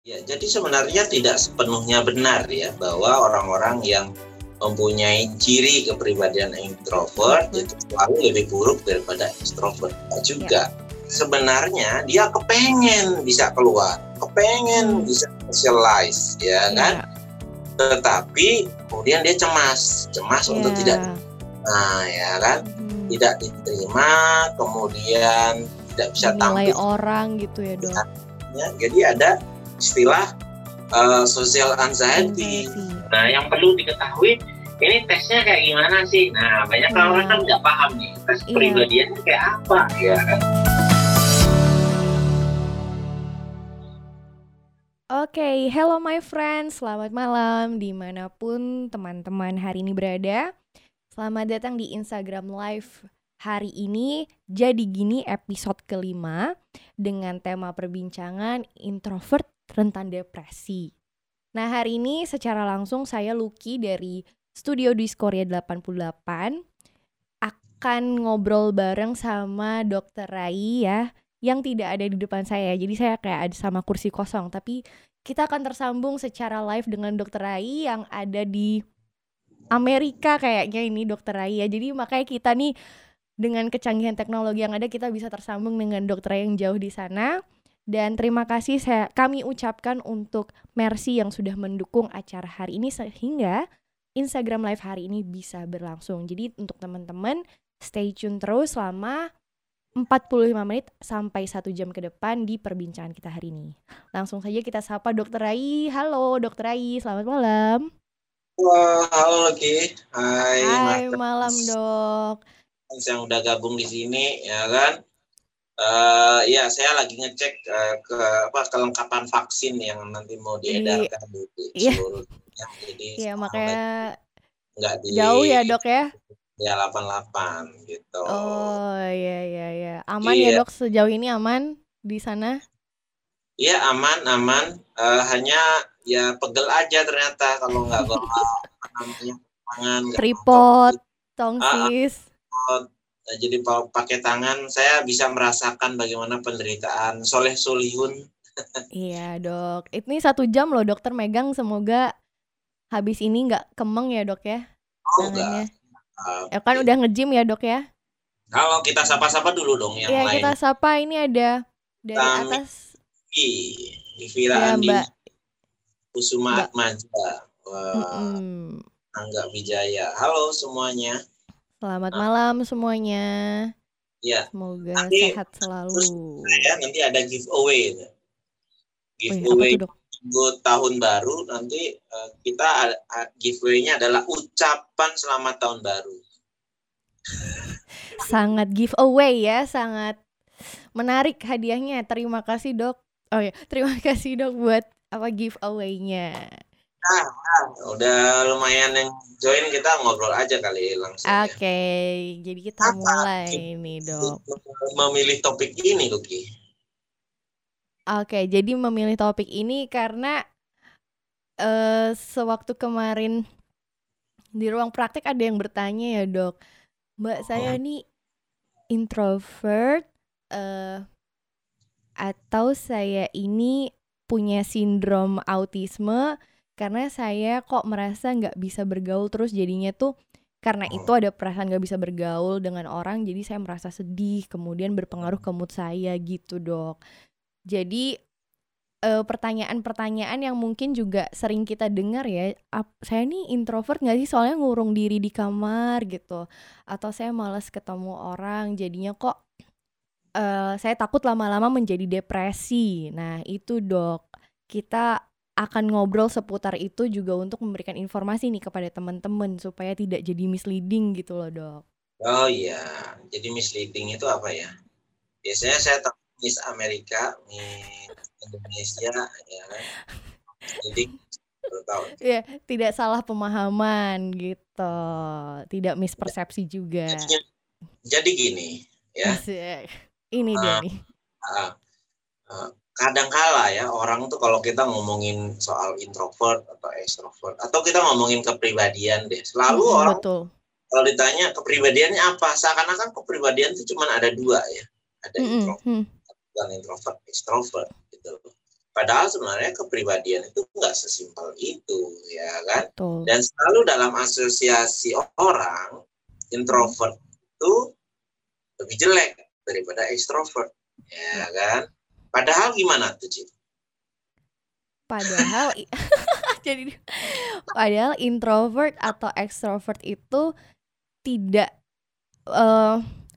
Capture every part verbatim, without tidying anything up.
Ya, jadi sebenarnya tidak sepenuhnya benar ya bahwa orang-orang yang mempunyai ciri kepribadian introvert Introvert. itu selalu lebih buruk daripada extrovert. Tidak juga. Ya. Sebenarnya dia kepengen bisa keluar, kepengen Hmm. bisa socialize, ya kan? Ya. Tetapi kemudian dia cemas, cemas Ya. untuk tidak, nah ya kan, Hmm. tidak diterima, kemudian tidak bisa Dinilai tampil. orang gitu ya dok. Ya, jadi ada istilah uh, social anxiety. Anxiety. Nah, yang perlu diketahui ini tesnya kayak gimana sih? Nah, banyak Wow. orang kan nggak paham nih tes Iya. kepribadiannya kayak apa, ya kan? Oke, okay. Hello my friends, selamat malam dimanapun teman-teman hari ini berada. Selamat datang di Instagram Live hari ini. Jadi gini episode kelima dengan tema perbincangan introvert rentan depresi. Nah hari ini secara langsung saya Lucky dari Studio Diskoria delapan puluh delapan akan ngobrol bareng sama Dokter Rai ya, yang tidak ada di depan saya. Jadi saya kayak ada sama kursi kosong, tapi kita akan tersambung secara live dengan Dokter Rai yang ada di Amerika kayaknya ini Dokter Rai ya. Jadi makanya kita nih dengan kecanggihan teknologi yang ada kita bisa tersambung dengan Dokter Rai yang jauh di sana. Dan terima kasih saya kami ucapkan untuk Mercy yang sudah mendukung acara hari ini sehingga Instagram Live hari ini bisa berlangsung. Jadi untuk teman-teman stay tune terus selama empat puluh lima menit sampai satu jam ke depan di perbincangan kita hari ini. Langsung saja kita sapa Dokter Rai. Halo Dokter Rai, selamat malam. Wah, halo lagi. Hai, Hai Mas. malam dok. Yang udah gabung di sini, ya kan? Uh, ya, saya lagi ngecek uh, ke apa kelengkapan vaksin yang nanti mau diedarkan di, di iya. seluruh dunia. Jadi iya makanya nggak di jauh ya dok ya. Ya delapan puluh delapan gitu. Oh iya iya iya. Aman iya. ya dok sejauh ini aman di sana? Iya aman aman. Uh, hanya ya pegel aja ternyata kalau nggak bawa apa namanya tangan. Tripod, tongsis. Uh, uh, jadi pakai tangan saya bisa merasakan bagaimana penderitaan Soleh Solihun. Iya dok. Ini satu jam loh dokter megang, semoga habis ini nggak kemeng ya dok ya tangannya. Oh, ya kan udah nge-gym ya dok ya. Kalau kita sapa-sapa dulu dong yang ya, lain. Kita sapa ini ada dari Tami atas. Ivira ya, Andi. Mbak. Kusuma Atmaja. Wah. Angga Wijaya. Halo semuanya. Selamat nah. malam semuanya. Ya. Semoga nanti, sehat selalu. Terus, ya, nanti ada giveaway. oh, Giveaway iya, untuk tahun baru nanti uh, kita uh, giveaway-nya adalah ucapan selamat tahun baru. Sangat giveaway ya, sangat menarik hadiahnya. Terima kasih dok. Oh ya, terima kasih dok buat apa giveaway-nya. Nah, nah, udah lumayan yang join, kita ngobrol aja kali langsung. Oke, okay, ya. Jadi kita apa? mulai nih dok. Memilih topik ini, Luki. Oke, okay, jadi memilih topik ini karena uh, sewaktu kemarin di ruang praktek ada yang bertanya ya dok, Mbak oh. saya nih introvert uh, atau saya ini punya sindrom autisme. Karena saya kok merasa gak bisa bergaul terus jadinya tuh karena oh. itu ada perasaan gak bisa bergaul dengan orang, jadi saya merasa sedih, kemudian berpengaruh ke mood saya gitu dok. Jadi e, pertanyaan-pertanyaan yang mungkin juga sering kita dengar ya, ap, saya nih introvert gak sih soalnya ngurung diri di kamar gitu, atau saya malas ketemu orang jadinya kok e, saya takut lama-lama menjadi depresi. Nah itu dok, kita akan ngobrol seputar itu juga untuk memberikan informasi nih kepada teman-teman supaya tidak jadi misleading gitu loh dok. Oh iya, jadi misleading itu apa ya? Biasanya saya tahu Miss Amerika, Miss Indonesia, ya kan? Jadi tahu. Ya, tidak salah pemahaman gitu, tidak mispersepsi juga. Jadi, jadi gini, ya. Ini dia uh, nih. Uh, uh, kadang-kala ya orang tuh kalau kita ngomongin soal introvert atau extrovert atau kita ngomongin kepribadian deh, selalu hmm, orang betul. Kalau ditanya kepribadiannya apa, seakan-akan kepribadian itu cuma ada dua ya, ada hmm, introvert hmm. dan introvert, extrovert gitu. Padahal sebenarnya kepribadian itu nggak sesimpel itu, ya kan? Betul. Dan selalu dalam asosiasi orang, introvert itu lebih jelek daripada ekstrovert, ya Ya. kan? Padahal gimana tuh, Cip? Padahal jadi padahal introvert atau extrovert itu tidak uh,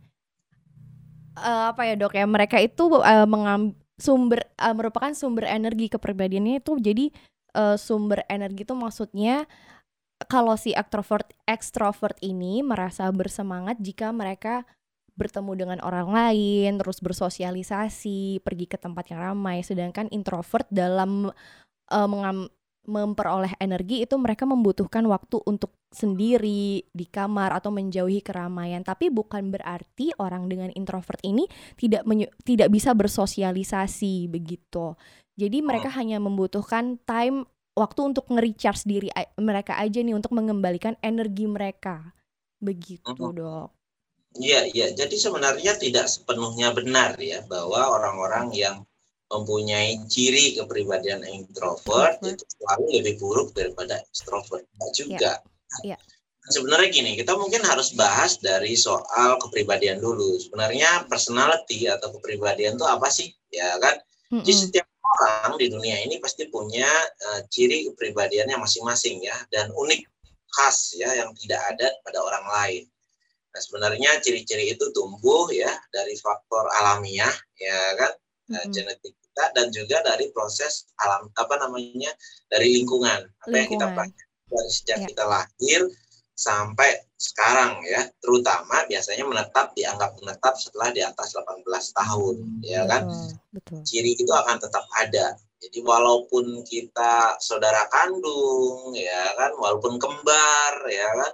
uh, apa ya dok ya, mereka itu uh, mengam, sumber uh, merupakan sumber energi kepribadiannya itu. Jadi uh, sumber energi itu maksudnya kalau si extrovert extrovert ini merasa bersemangat jika mereka bertemu dengan orang lain, terus bersosialisasi, pergi ke tempat yang ramai. Sedangkan introvert dalam uh, mengam, memperoleh energi itu mereka membutuhkan waktu untuk sendiri di kamar atau menjauhi keramaian. Tapi bukan berarti orang dengan introvert ini tidak menyu- tidak bisa bersosialisasi begitu. Jadi mereka hanya membutuhkan time, waktu untuk nge-recharge diri a- mereka aja nih, untuk mengembalikan energi mereka. Begitu, Dok. Iya, iya. Jadi sebenarnya tidak sepenuhnya benar ya bahwa orang-orang yang mempunyai ciri kepribadian introvert Introvert. itu selalu lebih buruk daripada extrovert. Tidak juga. Ya. Sebenarnya gini, kita mungkin harus bahas dari soal kepribadian dulu. Sebenarnya personality atau kepribadian itu apa sih? Ya kan? Jadi Mm-mm. setiap orang di dunia ini pasti punya uh, ciri kepribadiannya masing-masing ya, dan unik, khas ya, yang tidak ada pada orang lain. Nah, sebenarnya ciri-ciri itu tumbuh ya dari faktor alamiah, ya kan, uh, genetik kita, dan juga dari proses alam, apa namanya, dari lingkungan, apa yang kita Lingkungan. pelajari dari sejak Ya. kita lahir sampai sekarang ya, terutama biasanya menetap, dianggap menetap setelah di atas delapan belas tahun, ya kan. Betul, betul. Ciri itu akan tetap ada. Jadi walaupun kita saudara kandung, ya kan, walaupun kembar, ya kan,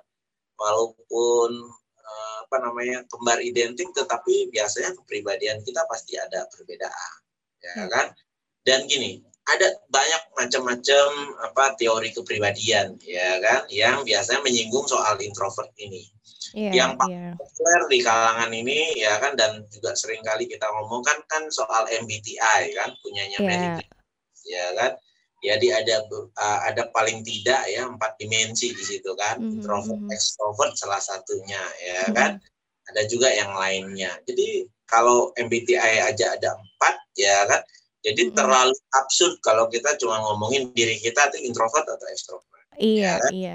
walaupun eh, apa namanya kembar identik, tetapi biasanya kepribadian kita pasti ada perbedaan, ya Ya. kan. Dan gini, ada banyak macam-macam apa teori kepribadian, ya kan, yang biasanya menyinggung soal introvert ini. Yeah, yang paling yeah. populer di kalangan ini, ya kan, dan juga sering kali kita ngomongkan kan soal M B T I kan, punyanya Yeah. Mary Grace, ya kan. Jadi ada uh, ada paling tidak ya empat dimensi di situ kan, Mm-hmm, introvert, mm-hmm. extrovert salah satunya, ya Mm-hmm. kan. Ada juga yang lainnya. Jadi kalau M B T I aja ada empat, ya kan. Jadi mm-hmm. terlalu absurd kalau kita cuma ngomongin diri kita itu introvert atau extrovert. Iya, ya kan? iya.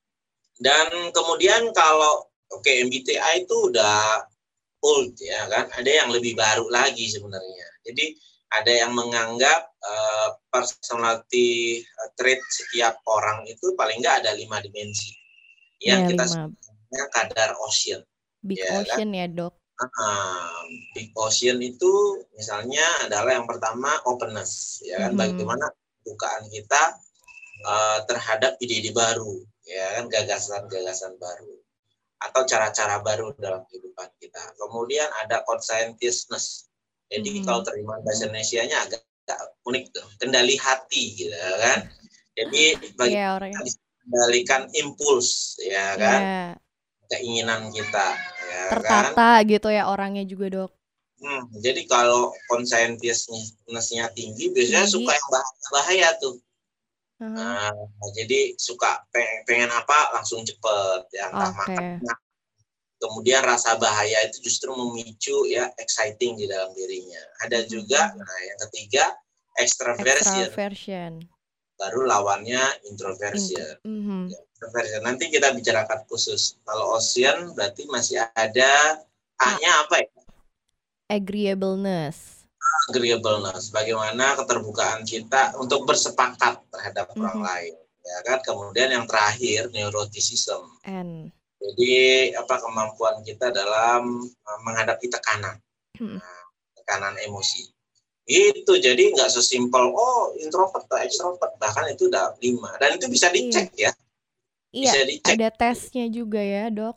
Dan kemudian kalau oke okay, M B T I itu udah old ya kan, ada yang lebih baru lagi sebenarnya. Jadi ada yang menganggap uh, personality trait setiap orang itu paling nggak ada lima dimensi yang yeah, kita lima. sebutnya kadar ocean. Big ya ocean kan? ya dok. Uh, big ocean itu misalnya adalah yang pertama openness, ya kan, mm-hmm. bagaimana kebukaan kita uh, terhadap ide-ide baru, ya kan, gagasan-gagasan baru atau cara-cara baru dalam kehidupan kita. Kemudian ada conscientiousness. Jadi mm-hmm. kalau terjemahan bahasa Indonesianya agak, agak unik tuh, kendali hati gitu kan. Jadi bagaimana yeah, bisa mengendalikan impuls, ya kan, yeah. keinginan kita, ya tertata kan? Gitu ya orangnya juga dok. Hmm, jadi kalau conscientiousness-nya tinggi, biasanya tinggi. Suka yang bahaya-bahaya tuh. Uh-huh. Nah, jadi suka pengen, pengen apa langsung cepet ya, entah okay. makan. Kemudian rasa bahaya itu justru memicu ya exciting di dalam dirinya. Ada mm-hmm. juga, nah yang ketiga extraversion. extraversion. Baru lawannya introversion. Mm-hmm. Ya, introversion. Nanti kita bicarakan khusus. Kalau ocean berarti masih ada A-nya apa ya? Agreeableness. Agreeableness. Bagaimana keterbukaan kita untuk bersepakat terhadap mm-hmm. orang lain. Ya kan. Kemudian yang terakhir neuroticism. N. Jadi apa kemampuan kita dalam uh, menghadapi tekanan, hmm. nah, tekanan emosi. Itu jadi nggak sesimpel oh introvert atau extrovert, bahkan itu udah lima dan itu bisa dicek iya. ya. Bisa iya, dicek. Ada tesnya juga ya dok.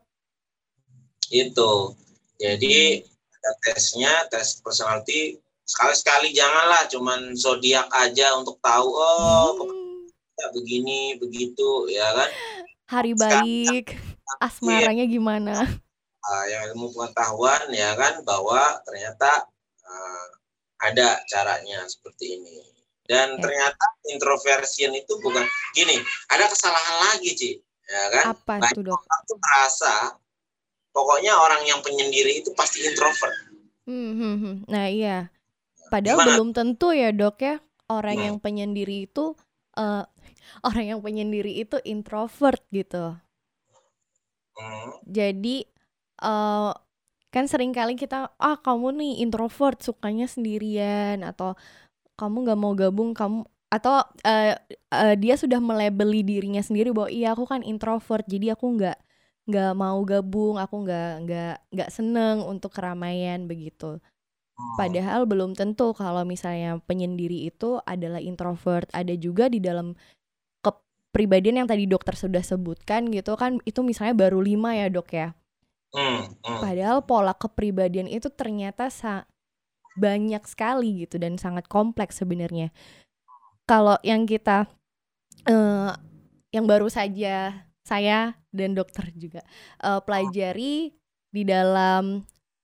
Itu. Jadi hmm. ada tesnya, tes personality. Sekali-sekali janganlah cuman zodiak aja untuk tahu oh hmm. ya begini begitu ya kan. Hari baik. Asmaranya gimana? Uh, yang ilmu pengetahuan ya kan bahwa ternyata uh, ada caranya seperti ini. Dan Ya. ternyata introversion itu bukan gini, ada kesalahan lagi, Ci. Ya kan? Apa Banyak tuh, Dok? orang tuh merasa pokoknya orang yang penyendiri itu pasti introvert. Hmm, hmm, hmm. Nah, iya. Padahal Gimana? belum tentu ya, Dok ya. Orang Hmm. yang penyendiri itu uh, orang yang penyendiri itu introvert gitu. Hmm. Jadi uh, kan sering kali kita, ah kamu nih introvert, sukanya sendirian, atau kamu nggak mau gabung, kamu atau uh, uh, dia sudah melabeli dirinya sendiri bahwa iya aku kan introvert, jadi aku nggak nggak mau gabung, aku nggak nggak nggak seneng untuk keramaian begitu. Padahal belum tentu kalau misalnya penyendiri itu adalah introvert. Ada juga di dalam kepribadian yang tadi dokter sudah sebutkan gitu kan, itu misalnya baru lima ya, Dok ya. Hmm. Hmm. Padahal pola kepribadian itu ternyata sa- banyak sekali gitu dan sangat kompleks sebenarnya. Kalau yang kita uh, yang baru saja saya dan dokter juga uh, pelajari di dalam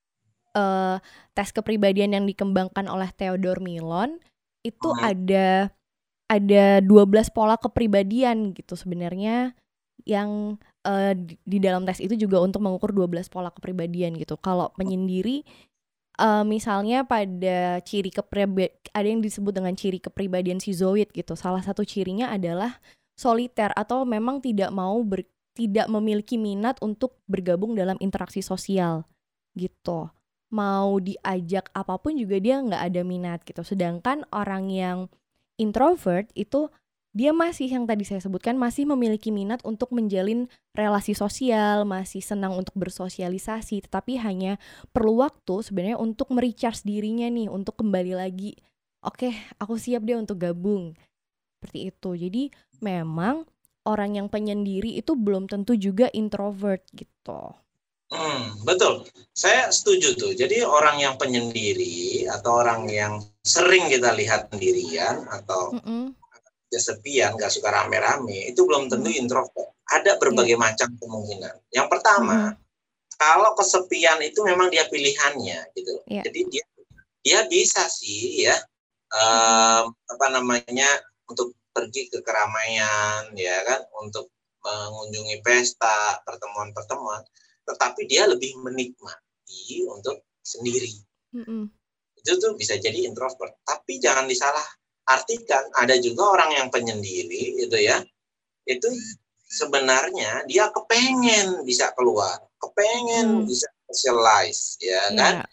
uh, tes kepribadian yang dikembangkan oleh Theodore Millon itu Hmm. ada ada dua belas pola kepribadian gitu sebenarnya yang uh, di, di dalam tes itu juga untuk mengukur dua belas pola kepribadian gitu. Kalau penyendiri uh, misalnya pada ciri kepribadian, ada yang disebut dengan ciri kepribadian schizoid gitu. Salah satu cirinya adalah soliter atau memang tidak mau ber, tidak memiliki minat untuk bergabung dalam interaksi sosial gitu. Mau diajak apapun juga dia nggak ada minat gitu. Sedangkan orang yang introvert itu dia masih yang tadi saya sebutkan masih memiliki minat untuk menjalin relasi sosial, masih senang untuk bersosialisasi, tetapi hanya perlu waktu sebenarnya untuk merecharge dirinya nih, untuk kembali lagi. Oke, aku siap deh untuk gabung. Seperti itu. Jadi memang orang yang penyendiri itu belum tentu juga introvert gitu. Hmm, betul. Saya setuju tuh. Jadi orang yang penyendiri atau orang yang sering kita lihat sendirian atau Mm-mm. kesepian, gak suka rame-rame, itu belum tentu Mm. introvert. Ada berbagai Yeah. macam kemungkinan. Yang pertama, Mm-mm. kalau kesepian itu memang dia pilihannya gitu. Yeah. Jadi dia dia bisa sih ya um, apa namanya untuk pergi ke keramaian ya kan, untuk mengunjungi pesta, pertemuan-pertemuan, tetapi dia lebih menikmati untuk sendiri. Mm-mm. Itu tuh bisa jadi introvert. Tapi jangan disalah artikan, ada juga orang yang penyendiri gitu ya, itu sebenarnya dia kepengen bisa keluar, kepengen Mm. bisa socialize ya Yeah. kan,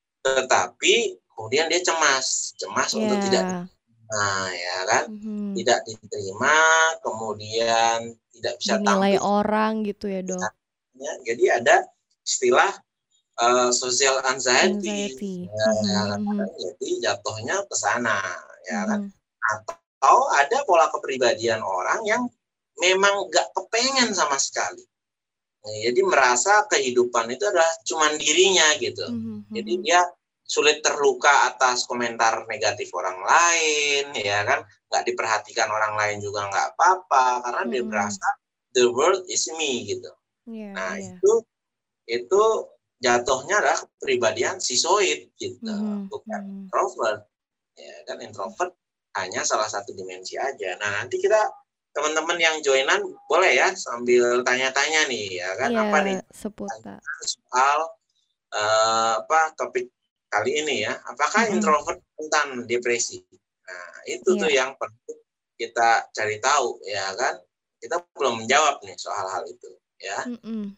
tetapi kemudian dia cemas cemas Yeah. untuk tidak nah ya kan, mm-hmm. tidak diterima, kemudian tidak bisa dinilai tampil orang gitu ya, Dok ya. Jadi ada istilah uh, social anxiety, anxiety. ya, Mm-hmm. kan? Jadi jatuhnya ke sana ya kan. Mm-hmm. Atau ada pola kepribadian orang yang memang gak kepengen sama sekali. Nah, jadi merasa kehidupan itu adalah cuman dirinya gitu. Mm-hmm. Jadi dia sulit terluka atas komentar negatif orang lain, ya kan? Gak diperhatikan orang lain juga gak apa-apa, karena mm-hmm. dia merasa the world is me gitu. Yeah, nah yeah. itu itu jatuhnya adalah kepribadian schizoid gitu, mm-hmm. bukan mm-hmm. introvert. Ya kan, introvert hanya salah satu dimensi aja. Nah nanti kita teman-teman yang joinan boleh ya sambil tanya-tanya nih ya kan, yeah, apa nih seputar soal uh, apa topik kali ini ya, apakah mm-hmm. introvert rentan depresi. Nah itu yeah. tuh yang perlu kita cari tahu ya kan, kita belum menjawab nih soal hal itu ya. Mm-hmm.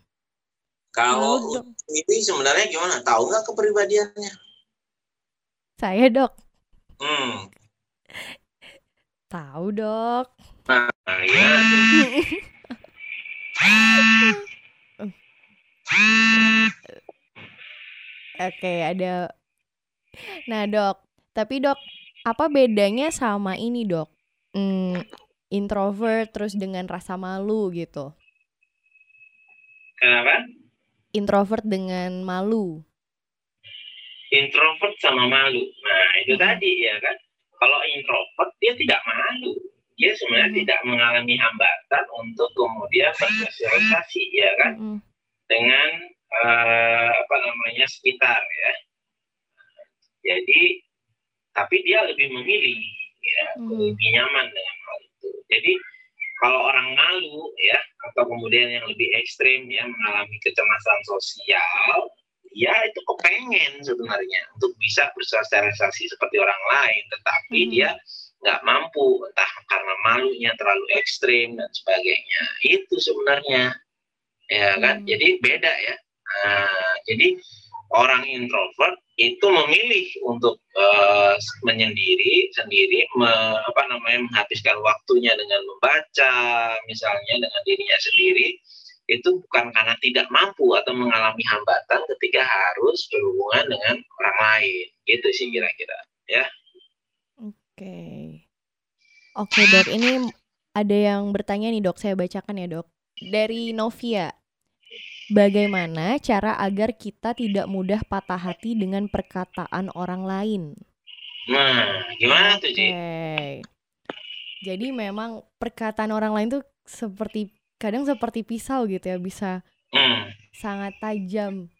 Kalau ini sebenarnya gimana, tahu nggak kepribadiannya? Saya, Dok. Hmm. Tahu, Dok. Nah, ya. Oke, ada. Nah, Dok. Tapi, Dok, apa bedanya sama ini, Dok? Hmm, introvert terus dengan rasa malu gitu. Kenapa? Introvert dengan malu. Introvert sama malu. Nah, itu mm-hmm. tadi ya kan. Kalau introvert dia tidak malu. Dia sebenarnya mm-hmm. tidak mengalami hambatan untuk kemudian bersosialisasi ya kan. Mm-hmm. Dengan uh, apa namanya sekitar ya. Jadi tapi dia lebih memilih ya, Mhm. lebih nyaman dengan hal itu. Jadi kalau orang malu ya, atau kemudian yang lebih ekstrim ya, mengalami kecemasan sosial, ya itu kepengen sebenarnya untuk bisa bersosialisasi seperti orang lain, tetapi Mhm. dia nggak mampu, entah karena malunya terlalu ekstrim dan sebagainya. Itu sebenarnya, ya kan? Hmm. Jadi beda ya. Nah, jadi orang introvert itu memilih untuk uh, menyendiri sendiri me, apa namanya menghabiskan waktunya dengan membaca misalnya dengan dirinya sendiri, itu bukan karena tidak mampu atau mengalami hambatan ketika harus berhubungan dengan orang lain, gitu sih kira-kira ya. Oke. Oke dok, ini ada yang bertanya nih dok, saya bacakan ya dok. Dari Novia, bagaimana cara agar kita tidak mudah patah hati dengan perkataan orang lain? Nah, gimana Oke. tuh Ji? Jadi memang perkataan orang lain tuh seperti kadang seperti pisau gitu ya, bisa Hmm. sangat tajam.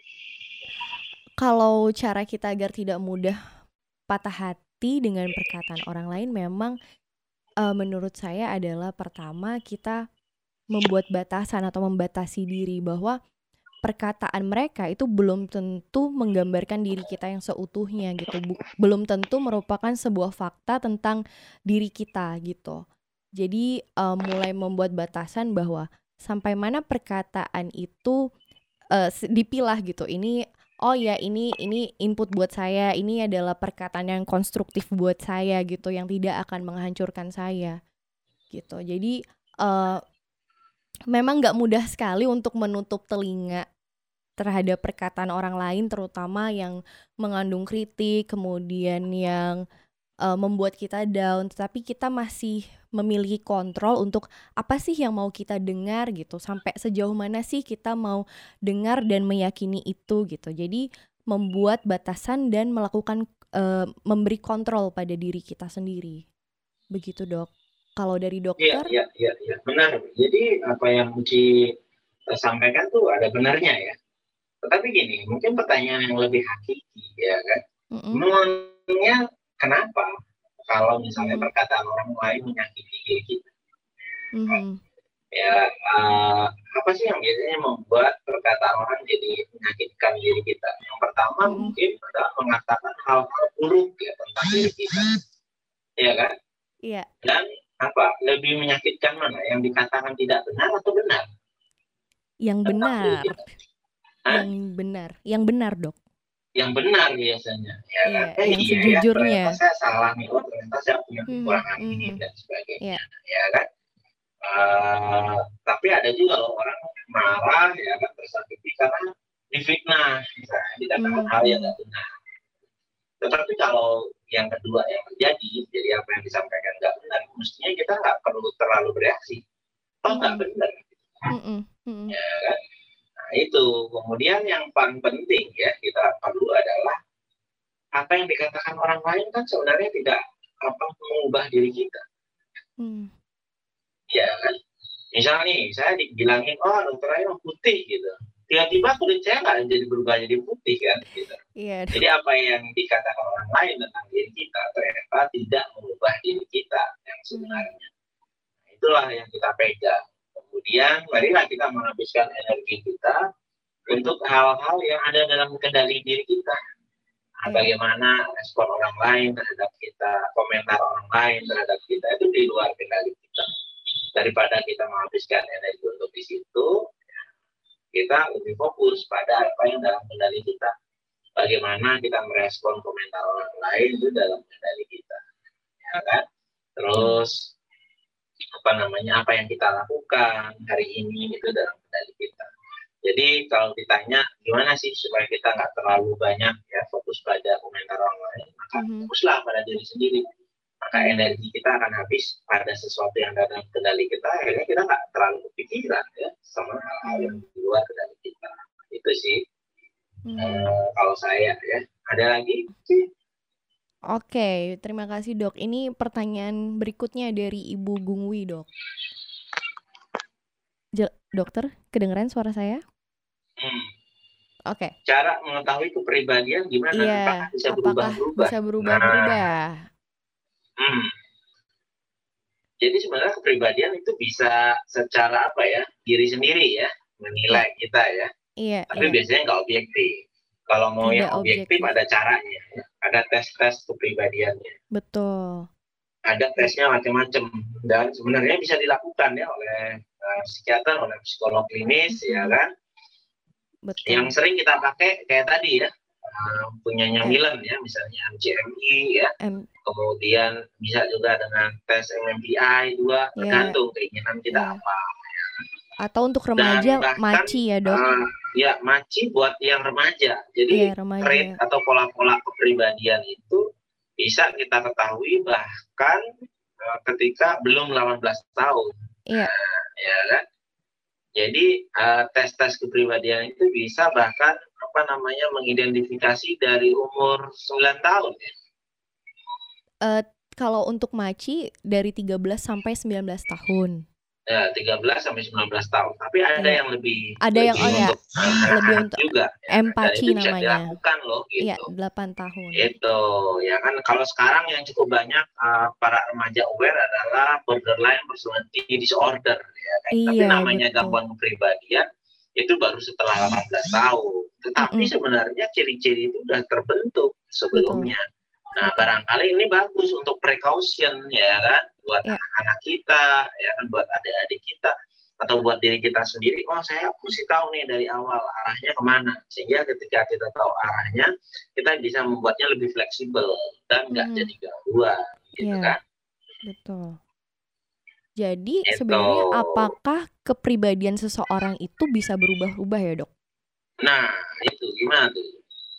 Kalau cara kita agar tidak mudah patah hati dengan perkataan orang lain memang uh, menurut saya adalah pertama kita membuat batasan atau membatasi diri bahwa perkataan mereka itu belum tentu menggambarkan diri kita yang seutuhnya gitu. Bu- belum tentu merupakan sebuah fakta tentang diri kita gitu. Jadi uh, mulai membuat batasan bahwa sampai mana perkataan itu uh, dipilah gitu. Ini oh ya ini ini input buat saya, ini adalah perkataan yang konstruktif buat saya gitu, yang tidak akan menghancurkan saya gitu. Jadi uh, memang nggak mudah sekali untuk menutup telinga terhadap perkataan orang lain, terutama yang mengandung kritik, kemudian yang uh, membuat kita down, tetapi kita masih memiliki kontrol untuk apa sih yang mau kita dengar gitu, sampai sejauh mana sih kita mau dengar dan meyakini itu gitu. Jadi membuat batasan dan melakukan uh, memberi kontrol pada diri kita sendiri. Begitu dok. Kalau dari dokter? Iya, iya, iya, benar. Jadi apa yang Uci sampaikan tuh ada benarnya ya. Tetapi gini, mungkin pertanyaan yang lebih hakiki ya kan. Mm-mm. Memangnya kenapa kalau misalnya Mm-hmm. perkataan orang lain menyakiti diri kita? Mm-hmm. Ya, uh, apa sih yang biasanya membuat perkataan orang jadi menyakitkan diri kita? Yang pertama mm-hmm. mungkin adalah mengatakan hal-hal buruk ya tentang diri kita. Iya kan? Iya. Dan apa lebih menyakitkan mana, yang dikatakan tidak benar atau benar? Yang benar. Yang benar, yang benar dok. Yang benar biasanya, ya iya, kan? Eh, yang iya, sejujurnya. Ya, saya salah nih, oh ternyata saya punya kekurangan mm-hmm. ini dan sebagainya, yeah. ya kan? Uh, tapi ada juga loh orang marah, ya kan, tersakiti karena difitnah, misalnya dikatakan mm-hmm. hal yang tidak benar. Tetapi kalau yang kedua yang terjadi, jadi apa yang disampaikan nggak benar, mestinya kita nggak perlu terlalu bereaksi. Oh nggak mm-hmm. benar, mm-hmm. Mm-hmm. ya kan? Nah itu kemudian yang paling penting ya kita perlu adalah apa yang dikatakan orang lain kan sebenarnya tidak apa mengubah diri kita. Mm. Ya kan? Misalnya nih saya dibilangin oh dokter Ayu putih gitu. Tiba-tiba kulit saya nggak jadi berubah jadi putih kan gitu. Yeah. Jadi apa yang dikatakan orang lain tentang diri kita ternyata tidak mengubah diri kita yang sebenarnya. Nah, itulah yang kita pegang. Kemudian marilah kita menghabiskan energi kita untuk hal-hal yang ada dalam kendali diri kita. Nah, bagaimana respon orang lain terhadap kita, komentar orang lain terhadap kita itu di luar kendali kita. Daripada kita menghabiskan energi untuk di situ, kita lebih fokus pada apa yang dalam kendali kita. Bagaimana kita merespon komentar orang lain itu dalam kendali kita, ya kan? Terus apa namanya apa yang kita lakukan hari ini itu dalam kendali kita. Jadi kalau ditanya gimana sih supaya kita nggak terlalu banyak ya fokus pada komentar orang lain, maka mm-hmm. fokuslah pada diri sendiri. Maka mm-hmm. energi kita akan habis pada sesuatu yang dalam kendali kita, akhirnya kita nggak terlalu kepikiran ya sama hal-hal yang di luar kendali kita. Itu sih mm-hmm. uh, kalau saya ya. Ada lagi? Oke, terima kasih dok. Ini pertanyaan berikutnya dari Ibu Gungwi dok. J- dokter, kedengeran suara saya? Hmm. Oke. Okay. Cara mengetahui kepribadian gimana? Iya, apakah bisa apakah berubah-berubah? Bisa berubah-berubah? Nah, Hmm. Jadi sebenarnya kepribadian itu bisa secara apa ya, diri sendiri ya, menilai Iya. kita ya. Iya, Tapi iya. biasanya nggak objektif. Kalau mau Tidak yang objektif objektif. ada caranya, ada tes-tes kepribadiannya. Betul. Ada tesnya macam-macam dan sebenarnya bisa dilakukan ya oleh uh, psikiater, oleh psikolog klinis, ya Mhm. kan. Yang Betul. sering kita pakai kayak tadi ya, uh, punyanya Eh. Milan ya, misalnya M C M I ya. M Kemudian bisa juga dengan tes M M P I dua, Iya. tergantung keinginan kita Iya. apa. Atau untuk Dan remaja bahkan MACI ya, Dok? uh, ya MACI buat yang remaja. Jadi Iya, remaja. trait atau pola-pola kepribadian itu bisa kita ketahui bahkan uh, ketika belum delapan belas tahun. Iya. Nah, ya kan? Jadi uh, tes-tes kepribadian itu bisa bahkan apa namanya mengidentifikasi dari umur sembilan tahun ya. Uh, kalau untuk MACI dari tiga belas sampai sembilan belas tahun. Ya, tiga belas sampai sembilan belas tahun. Tapi ada Iya. yang lebih ada lebih yang oh ya, untuk anak-anak lebih untuk juga ya. Dan MPACI itu bisa namanya. dilakukan loh gitu. Iya, delapan tahun. Itu ya kan kalau sekarang yang cukup banyak uh, para remaja aware adalah borderline personality disorder ya kan. Iya, Tapi namanya betul. gangguan kepribadian itu baru setelah delapan belas tahun. Tetapi Mm-mm. sebenarnya ciri-ciri itu sudah terbentuk sebelumnya. Betul. Nah, Betul. barangkali ini bagus untuk precaution ya kan buat Iya. anak-anak kita, ya kan buat adik-adik kita atau buat diri kita sendiri. Oh, saya mesti tahu nih dari awal arahnya kemana. Sehingga ketika kita tahu arahnya, kita bisa membuatnya lebih fleksibel dan nggak Mhm. jadi gangguan, gitu Iya. kan? Betul. Jadi Itu. sebenarnya apakah kepribadian seseorang itu bisa berubah-ubah ya, Dok? Nah, itu gimana tuh?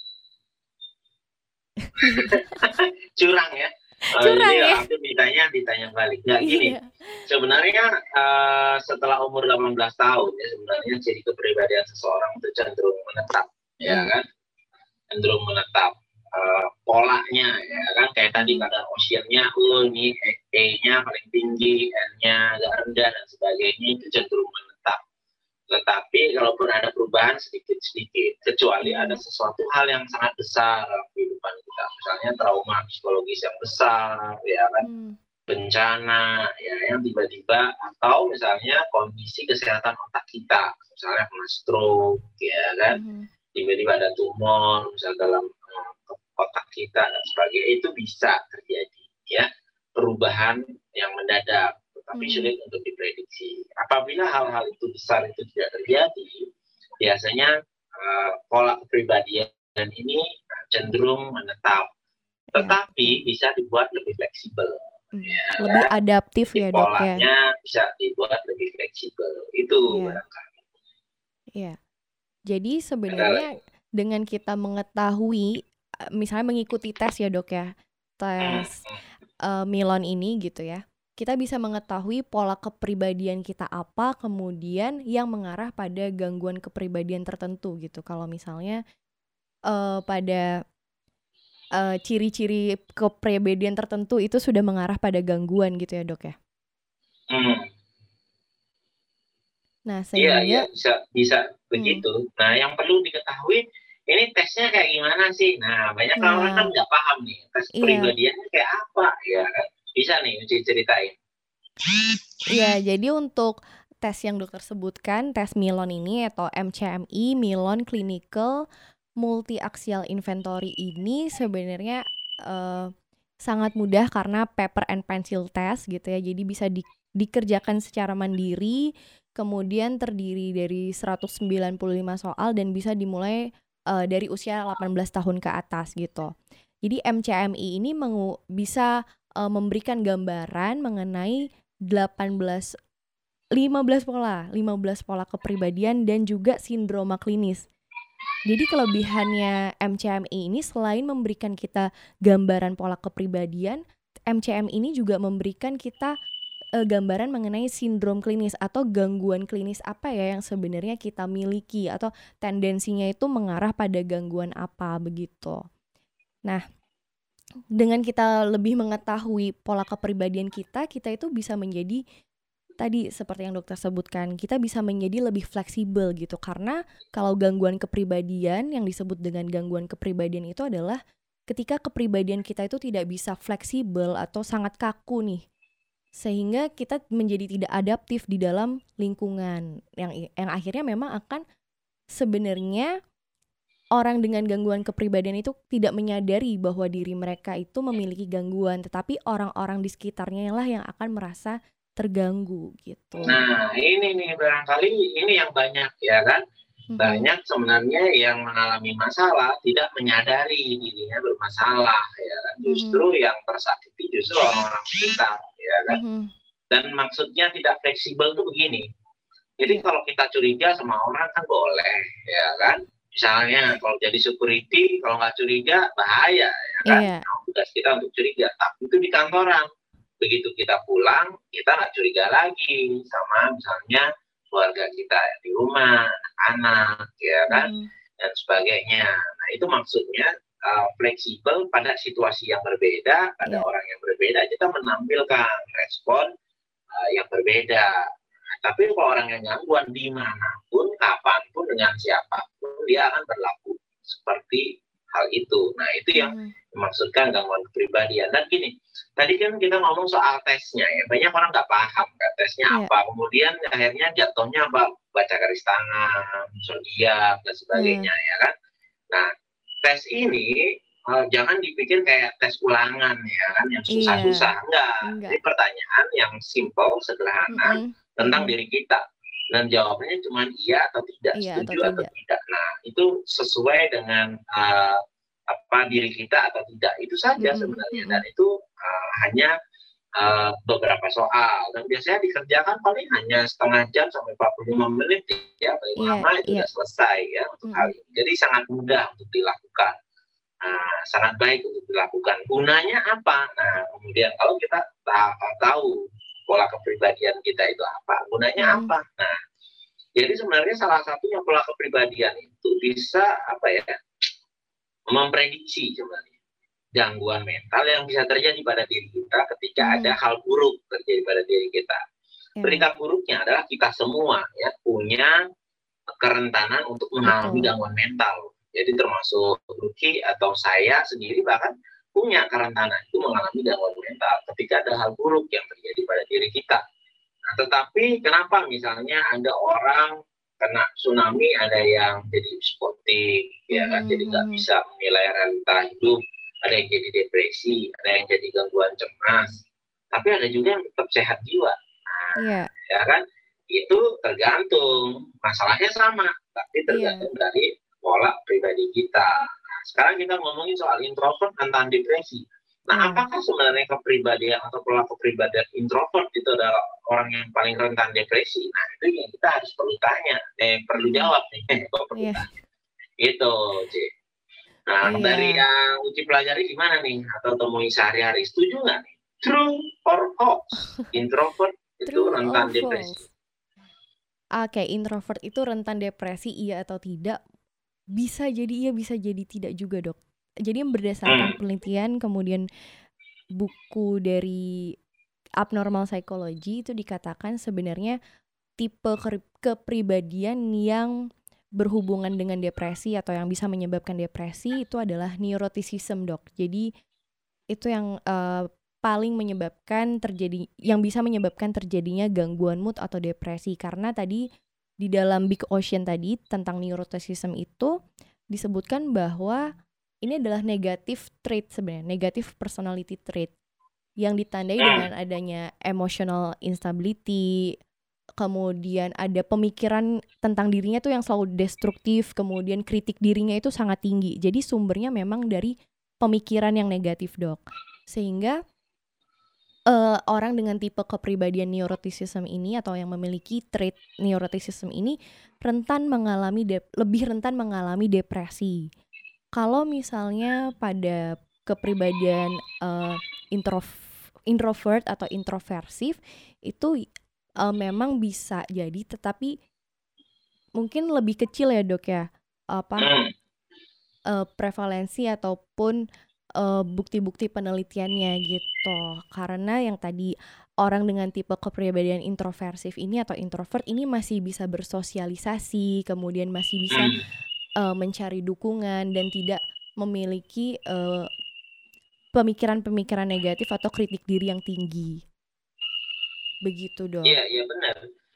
Curang ya. Uh, Curang jadi ya. aku ditanya ditanya balik. Nggak gini. Iya. Sebenarnya uh, setelah umur delapan belas tahun ya sebenarnya ciri kepribadian seseorang itu cenderung menetap, ya Iya. kan? Cenderung menetap. Uh, polanya ya kan kayak tadi Mhm. kadar oceannya, oh ini E-nya paling tinggi, N-nya agak rendah dan sebagainya itu cenderung menetap. Tetapi kalaupun ada perubahan sedikit-sedikit, kecuali Mhm. ada sesuatu hal yang sangat besar dalam kehidupan kita, misalnya trauma psikologis yang besar, ya kan, Hmm. bencana, ya yang tiba-tiba, atau misalnya kondisi kesehatan otak kita, misalnya kena stroke, ya kan, Mhm. tiba-tiba ada tumor, misalnya dalam uh, otak kita dan sebagainya, itu bisa terjadi, ya, perubahan yang mendadak. Tapi Mhm. sulit untuk diprediksi. Apabila hal-hal itu besar itu tidak terjadi, biasanya uh, pola kepribadian ini cenderung menetap. Tetapi ya, bisa dibuat lebih fleksibel. Hmm. Ya, Lebih kan? adaptif ya, Dok ya. Polanya bisa dibuat lebih fleksibel. Itu Iya. barangkali. Iya. Jadi sebenarnya dengan kita mengetahui, misalnya mengikuti tes ya, Dok ya, tes uh, Milon ini gitu ya, kita bisa mengetahui pola kepribadian kita apa, kemudian yang mengarah pada gangguan kepribadian tertentu gitu. Kalau misalnya uh, pada uh, ciri-ciri kepribadian tertentu itu sudah mengarah pada gangguan gitu ya, Dok ya. Hmm. Nah, Iya, sehingga iya, bisa bisa begitu. Hmm. Nah, yang perlu diketahui ini tesnya kayak gimana sih? Nah, banyak Nah, orang kan nggak paham nih tes iya. kepribadiannya kayak apa, ya kan? Bisa nih ceritain. Iya, jadi untuk tes yang dokter sebutkan, tes Milon ini atau M C M I, Milon Clinical Multi-Axial Inventory ini sebenarnya uh, sangat mudah karena paper and pencil test gitu ya. Jadi bisa di, dikerjakan secara mandiri, kemudian terdiri dari seratus sembilan puluh lima soal dan bisa dimulai uh, dari usia delapan belas tahun ke atas gitu. Jadi M C M I ini mengu- bisa uh, memberikan gambaran mengenai delapan belas lima belas pola, lima belas pola kepribadian dan juga sindroma klinis. Jadi kelebihannya M C M I ini selain memberikan kita gambaran pola kepribadian, M C M I ini juga memberikan kita uh, gambaran mengenai sindrom klinis atau gangguan klinis apa ya yang sebenarnya kita miliki atau tendensinya itu mengarah pada gangguan apa begitu. Nah, dengan kita lebih mengetahui pola kepribadian kita, kita itu bisa menjadi tadi seperti yang dokter sebutkan, kita bisa menjadi lebih fleksibel gitu. Karena kalau gangguan kepribadian yang disebut dengan gangguan kepribadian itu adalah ketika kepribadian kita itu tidak bisa fleksibel atau sangat kaku nih, sehingga kita menjadi tidak adaptif di dalam lingkungan yang yang akhirnya memang akan sebenarnya orang dengan gangguan kepribadian itu tidak menyadari bahwa diri mereka itu memiliki gangguan, tetapi orang-orang di sekitarnya lah yang akan merasa terganggu gitu. Nah, ini nih barangkali ini yang banyak ya kan. Banyak sebenarnya yang mengalami masalah tidak menyadari dirinya bermasalah ya kan. Justru mm-hmm. yang tersakiti justru orang-orang sekitar ya kan. Mm-hmm. Dan maksudnya tidak fleksibel tuh begini. Jadi yeah. kalau kita curiga sama orang kan boleh ya kan. Misalnya kalau jadi security kalau nggak curiga bahaya ya kan. Yeah. Nah, tugas kita untuk curiga. Tapi itu di kantoran. Begitu kita pulang kita nggak curiga lagi sama misalnya keluarga kita di rumah, anak, ya kan, mm. dan sebagainya. Nah itu maksudnya uh, fleksibel pada situasi yang berbeda, pada yeah. orang yang berbeda, kita menampilkan respon uh, yang berbeda. Nah, tapi kalau orang yang gangguan dimanapun, kapanpun, dengan siapapun, dia akan berlaku seperti hal itu. Nah itu yang mm. dimaksudkan gangguan kepribadian. Dan gini, tadi kan kita ngomong soal tesnya ya, banyak orang nggak paham kan tesnya yeah. apa, kemudian akhirnya jatuhnya apa, baca garis tangan, zodiak dan sebagainya yeah. ya kan. Nah tes ini uh, jangan dipikir kayak tes ulangan ya kan, yang susah-susah yeah. enggak. enggak. Ini pertanyaan yang simple, sederhana mm-hmm. tentang mm-hmm. diri kita. Dan jawabannya cuma iya atau tidak, iya, setuju atau, atau tidak. tidak. Nah itu sesuai dengan uh, apa diri kita atau tidak, itu saja mm-hmm. sebenarnya. Dan itu uh, hanya uh, beberapa soal dan biasanya dikerjakan paling hanya setengah jam sampai empat puluh lima menit ya, paling yeah, lama itu yeah. sudah selesai ya untuk mm-hmm. hal ini. Jadi sangat mudah untuk dilakukan, uh, sangat baik untuk dilakukan. Gunanya apa? Nah kemudian kalau kita tahu pola kepribadian kita itu apa, gunanya hmm. apa? Nah, jadi sebenarnya salah satunya pola kepribadian itu bisa apa ya, memprediksi sebenarnya gangguan mental yang bisa terjadi pada diri kita ketika hmm. ada hal buruk terjadi pada diri kita. Hmm. Berita buruknya adalah kita semua ya punya kerentanan untuk mengalami hmm. gangguan mental. Jadi termasuk Ruki atau saya sendiri bahkan punya kerentanan itu mengalami gangguan mental ketika ada hal buruk yang terjadi pada diri kita. Nah, tetapi kenapa misalnya ada orang kena tsunami, ada yang jadi psikotik, ya kan, hmm. jadi nggak bisa menilai realita hidup, ada yang jadi depresi, ada yang jadi gangguan cemas, tapi ada juga yang tetap sehat jiwa. Nah, yeah. ya kan, itu tergantung, masalahnya sama, tapi tergantung yeah. dari pola pribadi kita. Sekarang kita ngomongin soal introvert rentan depresi. Nah, hmm. apakah sebenarnya kepribadian atau pola kepribadian introvert itu adalah orang yang paling rentan depresi? Nah, itu yang kita harus perlu tanya, eh, perlu jawab nih, eh, perlu yeah. tanya. Itu, Cik. Nah, yeah. dari yang uh, uji pelajari gimana nih? Atau temui sehari-hari, setuju nggak nih? True or false? Introvert itu rentan depresi. Oke, okay, introvert itu rentan depresi, iya atau tidak? Bisa jadi iya, bisa jadi tidak juga, Dok. Jadi berdasarkan hmm. penelitian, kemudian buku dari Abnormal Psychology itu dikatakan sebenarnya tipe ke- kepribadian yang berhubungan dengan depresi atau yang bisa menyebabkan depresi itu adalah neuroticism, Dok. Jadi itu yang uh, paling menyebabkan terjadi, yang bisa menyebabkan terjadinya gangguan mood atau depresi. Karena tadi di dalam Big Ocean tadi tentang neuroticism itu disebutkan bahwa ini adalah negative trait sebenarnya, negative personality trait yang ditandai dengan adanya emotional instability, kemudian ada pemikiran tentang dirinya tuh yang selalu destruktif, kemudian kritik dirinya itu sangat tinggi. Jadi sumbernya memang dari pemikiran yang negatif, Dok. Sehingga Uh, orang dengan tipe kepribadian neuroticism ini atau yang memiliki trait neuroticism ini rentan mengalami de- lebih rentan mengalami depresi. Kalau misalnya pada kepribadian uh, introf- introvert atau introversif itu uh, memang bisa jadi, tetapi mungkin lebih kecil ya, Dok ya, apa uh, prevalensi ataupun Uh, bukti-bukti penelitiannya gitu. Karena yang tadi orang dengan tipe kepribadian introversif ini atau introvert ini masih bisa bersosialisasi, kemudian masih bisa uh, mencari dukungan dan tidak memiliki uh, pemikiran-pemikiran negatif atau kritik diri yang tinggi. Begitu dong. Iya, iya benar.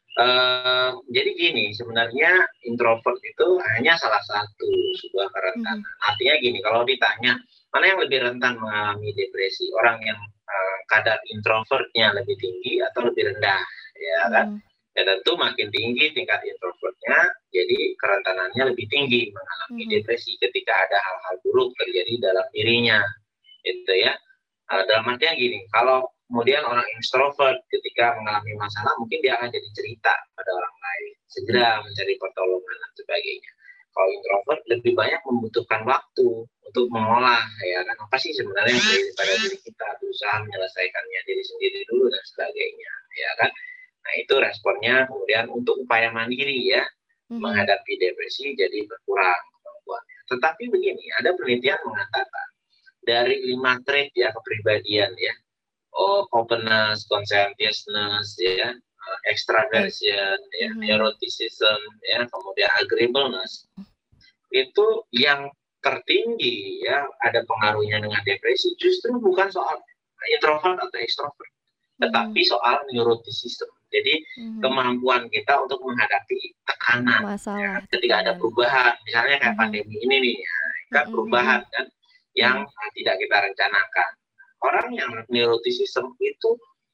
Uh, jadi gini, sebenarnya introvert itu hanya salah satu sebuah kerentanan. Mm-hmm. Artinya gini, kalau ditanya mana yang lebih rentan mengalami depresi, orang yang uh, kadar introvertnya lebih tinggi atau lebih rendah, ya kan? Mm-hmm. Ya tentu makin tinggi tingkat introvertnya, jadi kerentanannya lebih tinggi mengalami mm-hmm. depresi ketika ada hal-hal buruk terjadi dalam dirinya, itu ya. Uh, dalam artinya gini, kalau kemudian orang extrovert ketika mengalami masalah mungkin dia akan jadi cerita pada orang lain, segera mencari pertolongan dan sebagainya. Kalau introvert lebih banyak membutuhkan waktu untuk mengolah, ya kan, apa sih sebenarnya yang terjadi pada diri kita, berusaha menyelesaikannya diri sendiri dulu dan sebagainya, ya kan. Nah itu responnya kemudian untuk upaya mandiri ya, mm-hmm. menghadapi depresi jadi berkurang kemampuannya. Tetapi begini, ada penelitian mengatakan dari lima trait ya kepribadian ya, oh openness, conscientiousness, ya, uh, extraversion, ya, mm-hmm. neuroticism, ya, kemudian agreeableness, itu yang tertinggi ya ada pengaruhnya dengan depresi justru bukan soal introvert atau extrovert, tetapi mm-hmm. soal neuroticism. Jadi mm-hmm. kemampuan kita untuk menghadapi tekanan, masalah, ya, ketika ada perubahan, misalnya kayak mm-hmm. pandemi ini nih, ya, kan perubahan mm-hmm. kan yang mm-hmm. tidak kita rencanakan. Orang yang neuroticism itu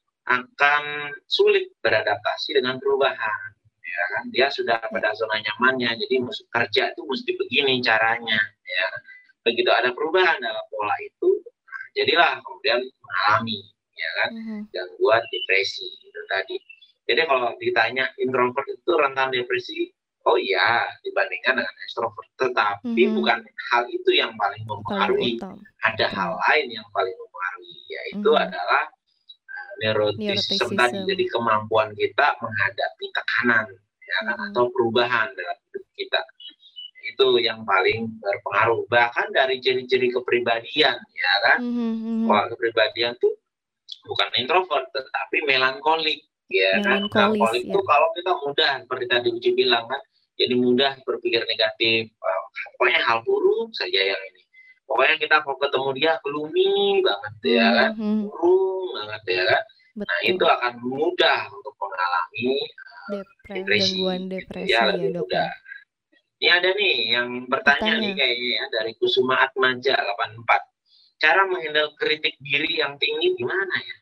akan sulit beradaptasi dengan perubahan, ya kan? Dia sudah pada zona nyamannya, jadi mesti kerja itu mesti begini caranya, ya. Begitu ada perubahan dalam pola itu, nah, jadilah kemudian mengalami, ya kan, mm-hmm. gangguan depresi itu tadi. Jadi kalau ditanya introvert itu rentan depresi, oh iya dibandingkan dengan extrovert, tetapi mm-hmm. bukan hal itu yang paling mempengaruhi. Ada mm-hmm. hal lain yang paling mempengaruhi, yaitu mm-hmm. adalah uh, neuroticism tadi. Jadi kemampuan kita menghadapi tekanan, ya kan, mm-hmm. atau perubahan dalam hidup kita. Itu yang paling berpengaruh. Bahkan dari ciri-ciri kepribadian, ya kan, mm-hmm. Wah, kepribadian tuh bukan introvert, tetapi melankolik. Ya kan, melankolis itu ya. Kalau kita mudah seperti tadi Uci bilang kan, jadi mudah berpikir negatif, uh, pokoknya hal buruk saja yang ini. Pokoknya kita kalau ketemu dia gloomy banget, mm-hmm. ya kan, burung banget, ya kan. Betul. Nah itu akan mudah untuk mengalami uh, Depre, depresi, gangguan depresi ya, ya dok. Mudah. Ini ada nih yang bertanya Bertanya. nih kayaknya ya, dari Kusuma Atmaja delapan puluh empat. Cara menghandle kritik diri yang tinggi gimana ya?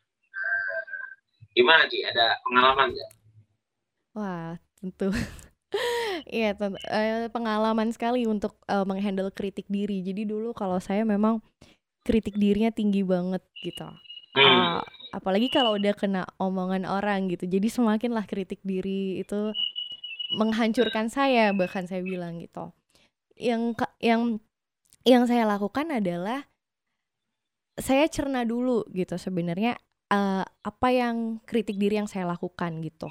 Gimana Ci? Ada pengalaman nggak? Wah, tentu. Iya, tentu. Eh, pengalaman sekali untuk uh, menghandle kritik diri. Jadi dulu kalau saya memang kritik dirinya tinggi banget gitu. Hmm. Uh, apalagi kalau udah kena omongan orang gitu. Jadi semakinlah kritik diri itu menghancurkan saya, bahkan saya bilang gitu. Yang yang yang saya lakukan adalah saya cerna dulu gitu sebenarnya. Uh, apa yang kritik diri yang saya lakukan gitu,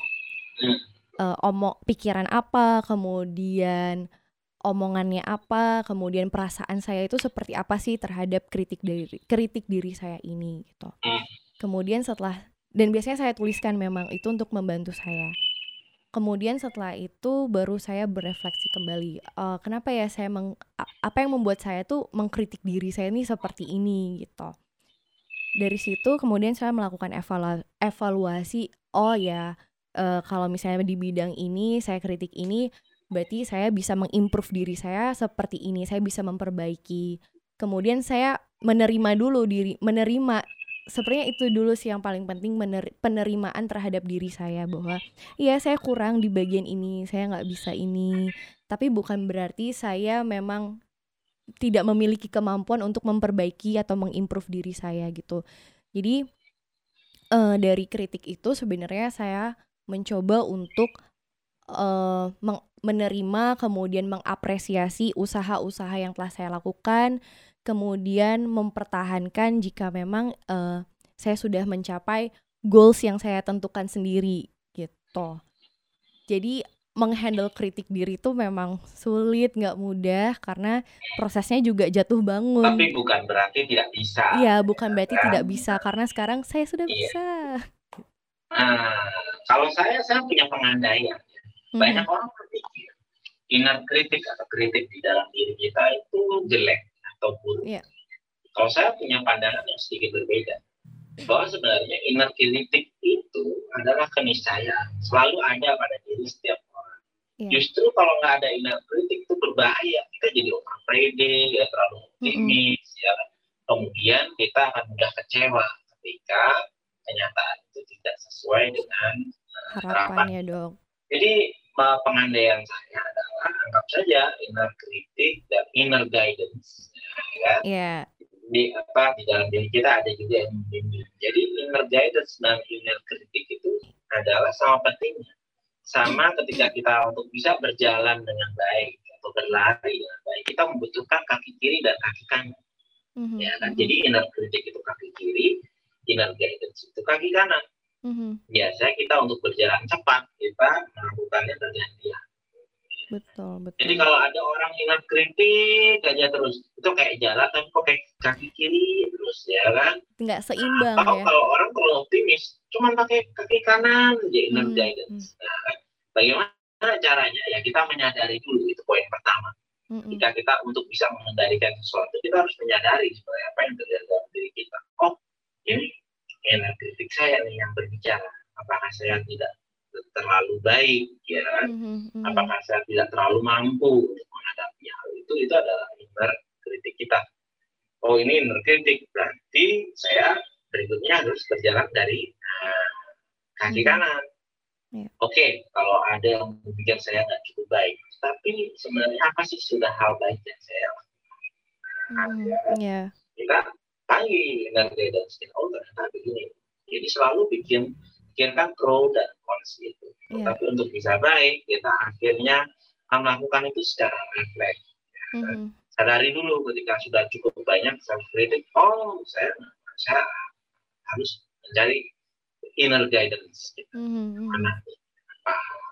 uh, omong pikiran apa, kemudian omongannya apa, kemudian perasaan saya itu seperti apa sih terhadap kritik diri kritik diri saya ini gitu. Kemudian setelah, dan biasanya saya tuliskan memang itu untuk membantu saya. Kemudian setelah itu baru saya berefleksi kembali, uh, kenapa ya saya meng, apa yang membuat saya tuh mengkritik diri saya ini seperti ini gitu. Dari situ kemudian saya melakukan evalu- evaluasi, oh ya uh, kalau misalnya di bidang ini saya kritik ini, berarti saya bisa mengimprove diri saya seperti ini, saya bisa memperbaiki. Kemudian saya menerima dulu diri, menerima, sebenarnya itu dulu sih yang paling penting, mener- penerimaan terhadap diri saya, bahwa iya saya kurang di bagian ini, saya nggak bisa ini, tapi bukan berarti saya memang tidak memiliki kemampuan untuk memperbaiki atau mengimprove diri saya gitu. Jadi uh, dari kritik itu sebenarnya saya mencoba untuk uh, meng- menerima, kemudian mengapresiasi usaha-usaha yang telah saya lakukan, kemudian mempertahankan jika memang uh, saya sudah mencapai goals yang saya tentukan sendiri gitu. Jadi menghandle kritik diri itu memang sulit, nggak mudah, karena prosesnya juga jatuh bangun. Tapi bukan berarti tidak bisa. Iya, bukan berarti kan? tidak bisa, karena sekarang saya sudah iya. bisa. Nah, kalau saya, saya punya pengandaian. Banyak mm-hmm. orang berpikir inner kritik atau kritik di dalam diri kita itu jelek. atau buruk. Yeah. Kalau saya punya pandangan yang sedikit berbeda, bahwa sebenarnya inner critic itu adalah keniscayaan, selalu ada pada diri setiap orang. Yeah. Justru kalau nggak ada inner critic itu berbahaya, kita jadi over pede, ya terlalu optimis, mm-hmm. ya. Kemudian kita akan mudah kecewa ketika kenyataan itu tidak sesuai dengan harapan, harapan ya dok. Jadi pengandaian saya adalah anggap saja inner critic dan inner guidance, ya. Yeah. Di apa di dalam diri kita ada juga yang membimbing. Jadi inner guidance dan inner critic itu adalah sama pentingnya. Sama ketika kita untuk bisa berjalan dengan baik atau berlari dengan baik, kita membutuhkan kaki kiri dan kaki kanan. Mm-hmm. Ya kan? Mm-hmm. Jadi inner critic itu kaki kiri, inner guidance itu kaki kanan. Mm-hmm. Biasanya kita untuk berjalan cepat kita melakukannya bergantian. Betul, betul. Jadi kalau ada orang ingat kritik aja terus, itu kayak jalan tapi kok kayak kaki kiri terus, ya kan? Nggak seimbang. Atau ya. Kalau orang kalau optimis, cuma pakai kaki kanan aja inner hmm. guidance. Nah, bagaimana caranya? Ya kita menyadari dulu, itu poin pertama. Hmm. Jika kita untuk bisa mengendalikan sesuatu, kita harus menyadari sebenarnya apa yang terjadi dalam diri kita. Oh, ini inner kritik saya nih yang berbicara. Apakah saya tidak terlalu baik, ya kan? Mm-hmm. Apakah saya tidak terlalu mampu untuk menghadapi hal itu? Itu adalah inner kritik kita. Oh, ini inner kritik, berarti saya berikutnya harus berjalan dari uh, kaki mm-hmm. kanan. Yeah. Oke, okay, kalau ada yang berpikir saya nggak cukup baik, tapi sebenarnya apa sih sudah hal baik yang saya lakukan? Mm-hmm. Ya kan? Yeah. Kita panggil inner guidance, oh ternyata begini. Jadi selalu bikin pikirkan pro dan cons itu. Yeah. Tapi untuk bisa baik, kita akhirnya akan melakukan itu secara refleks. Mm-hmm. Sadari dulu ketika sudah cukup banyak self-critic, oh saya, saya harus mencari inner guidance. Gitu. Mm-hmm. Mana, apa.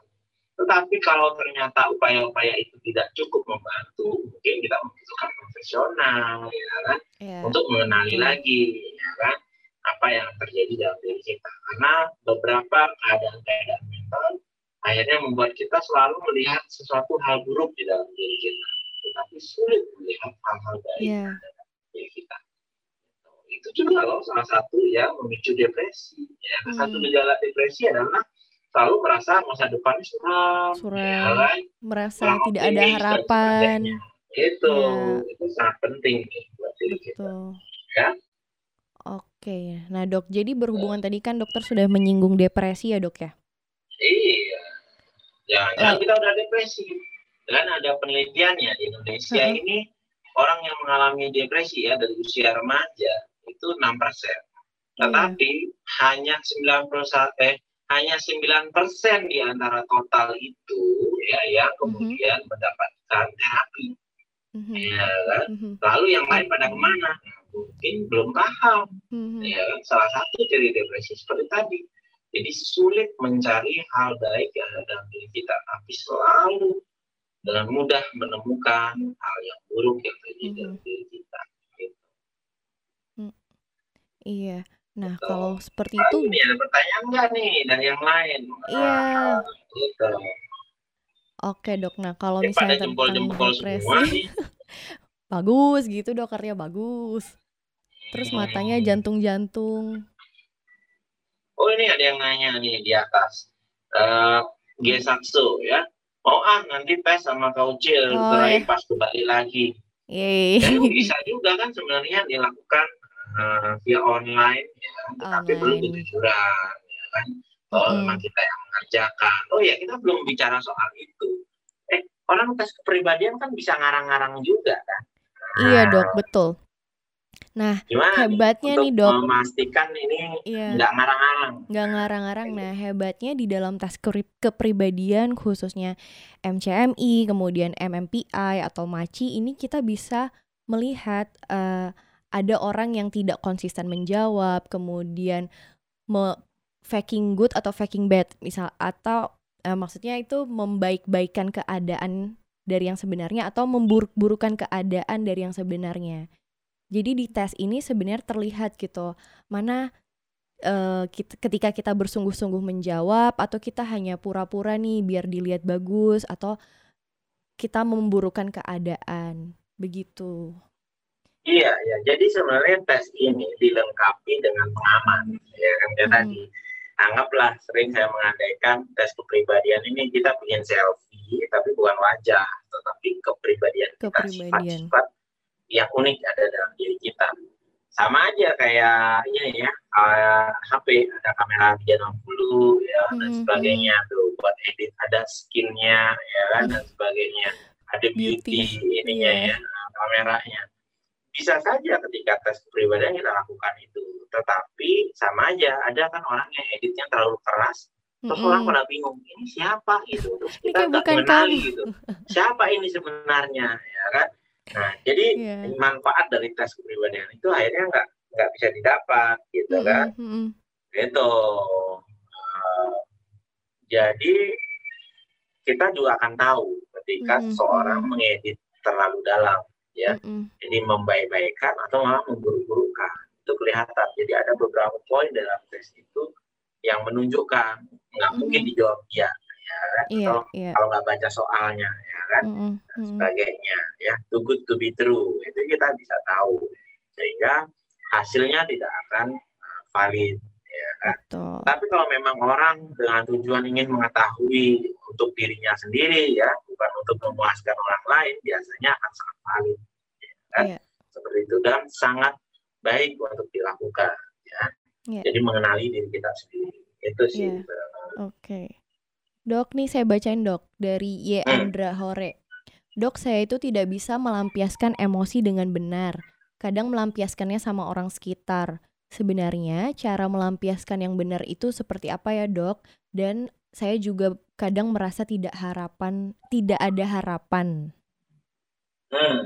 Tetapi kalau ternyata upaya-upaya itu tidak cukup membantu, mungkin kita membutuhkan profesional, ya kan, yeah. untuk mengenali mm-hmm. lagi, ya kan, apa yang terjadi dalam diri kita. Karena beberapa keadaan-keadaan mental akhirnya membuat kita selalu melihat sesuatu hal buruk di dalam diri kita, tetapi sulit melihat hal-hal baik yeah. dalam diri kita. Itu juga loh salah satu yang memicu depresi. Ya, hmm. Satu gejala depresi adalah selalu merasa masa depannya suram, suram ya, kan? Merasa tidak ada harapan. Itu, ya. Itu sangat penting nih, buat diri kita. Ya. Oke, nah dok, jadi berhubungan tadi kan dokter sudah menyinggung depresi ya dok ya? Iya, jangan oh. kita udah depresi. Dan ada penelitiannya di Indonesia uh-uh. ini, orang yang mengalami depresi ya dari usia remaja itu enam persen. Tetapi yeah. hanya sembilan puluh satu, eh, hanya sembilan persen di antara total itu ya yang kemudian mm-hmm. mendapatkan terapi. Mm-hmm. Ya, kan? Mm-hmm. Lalu yang lain pada kemana? Mungkin belum paham. Mm-hmm. Ya, salah satu dari depresi seperti tadi. Jadi sulit mencari hal baik yang ada dalam diri kita, tapi selalu dengan mudah menemukan hal yang buruk yang terjadi mm-hmm. dalam diri kita. Gitu. Mm. Iya. Nah, gitu. Kalau seperti nah, itu, ini ada pertanyaan nggak nih dari yang lain? Iya. Nah, gitu. Oke dok. Nah, kalau Ini misalnya tentang jempol-jempol depresi, bagus gitu dok, karya bagus. Terus matanya jantung-jantung. Oh, ini ada yang nanya nih di atas. Uh, G satu ya. Oh ah, nanti tes sama Kaucil, oh, terakhir ya. Pas kembali lagi. Yeay. Jadi bisa juga kan sebenarnya dilakukan uh, via online, ya, tapi belum kejujuran, ya kan. Oh, mm-hmm. memang kita yang mengerjakan. Oh ya, kita belum bicara soal itu. Eh, orang tes kepribadian kan bisa ngarang-ngarang juga kan. Nah, iya dok, betul. Nah, gimana hebatnya nih, nih dok, memastikan ini iya. nggak ngarang-ngarang. Nggak ngarang-ngarang. Nah, hebatnya di dalam tes ke- kepribadian khususnya M C M I, kemudian M M P I atau M A C I, ini kita bisa melihat uh, ada orang yang tidak konsisten menjawab, kemudian me- faking good atau faking bad, misal atau uh, maksudnya itu membaik-baikan keadaan dari yang sebenarnya atau memburuk-burukan keadaan dari yang sebenarnya. Jadi di tes ini sebenarnya terlihat gitu, mana uh, kita, ketika kita bersungguh-sungguh menjawab atau kita hanya pura-pura nih biar dilihat bagus atau kita memburukkan keadaan, begitu. Iya, ya. Jadi sebenarnya tes ini dilengkapi dengan pengaman, ya kan kayak Mm-mm. tadi. Anggaplah sering saya mengandaikan tes kepribadian ini kita bikin selfie, tapi bukan wajah, tetapi kepribadian kita, Kepribadian. sifat-sifat yang unik ada dalam diri kita. Sama aja kayak ini ya, uh, H P ada kamera tiga enam puluh ya dan Mm-mm. sebagainya tuh buat edit ada skillnya ya kan dan sebagainya. Ada beauty Beauty. ininya Iya. ya, kameranya. Bisa saja ketika tes kepribadian kita lakukan itu, tetapi sama aja ada kan orang yang editnya terlalu keras, terus orang Mm-mm. pada bingung ini siapa gitu, terus Ini kita kayak nggak bukan mengenali kamu. gitu, siapa ini sebenarnya ya kan. Nah jadi Iya. manfaat dari tes kepribadian itu akhirnya nggak nggak bisa didapat gitu kan, Mm-mm. Mm-mm. gitu. Uh, jadi kita juga akan tahu ketika Mm-mm. seseorang Mm-mm. mengedit terlalu dalam ya, Mm-mm. jadi membaik-baikan atau malah memburuk-burukkan itu kelihatan. Jadi ada beberapa poin dalam tes itu yang menunjukkan nggak Mm-mm. mungkin dijawab ya, ya kan? Iya, Atau iya. kalau nggak baca soalnya ya kan, Mm-mm. dan Mm-mm. sebagainya ya. Too good to be true itu kita bisa tahu sehingga hasilnya tidak akan uh, valid ya kan. Betul. Tapi kalau memang orang dengan tujuan ingin mengetahui untuk dirinya sendiri ya, bukan untuk memuaskan orang lain, biasanya akan sangat valid ya kan? Iya. Seperti itu dan sangat baik untuk dilakukan ya. Iya. Jadi mengenali diri kita sendiri itu sih. Iya. Oke. Dok, nih saya bacain dok dari Y. Hmm. Andra Hore. Dok, saya itu tidak bisa melampiaskan emosi dengan benar. Kadang melampiaskannya sama orang sekitar. Sebenarnya cara melampiaskan yang benar itu seperti apa ya dok? Dan saya juga kadang merasa tidak harapan, tidak ada harapan. Hmm.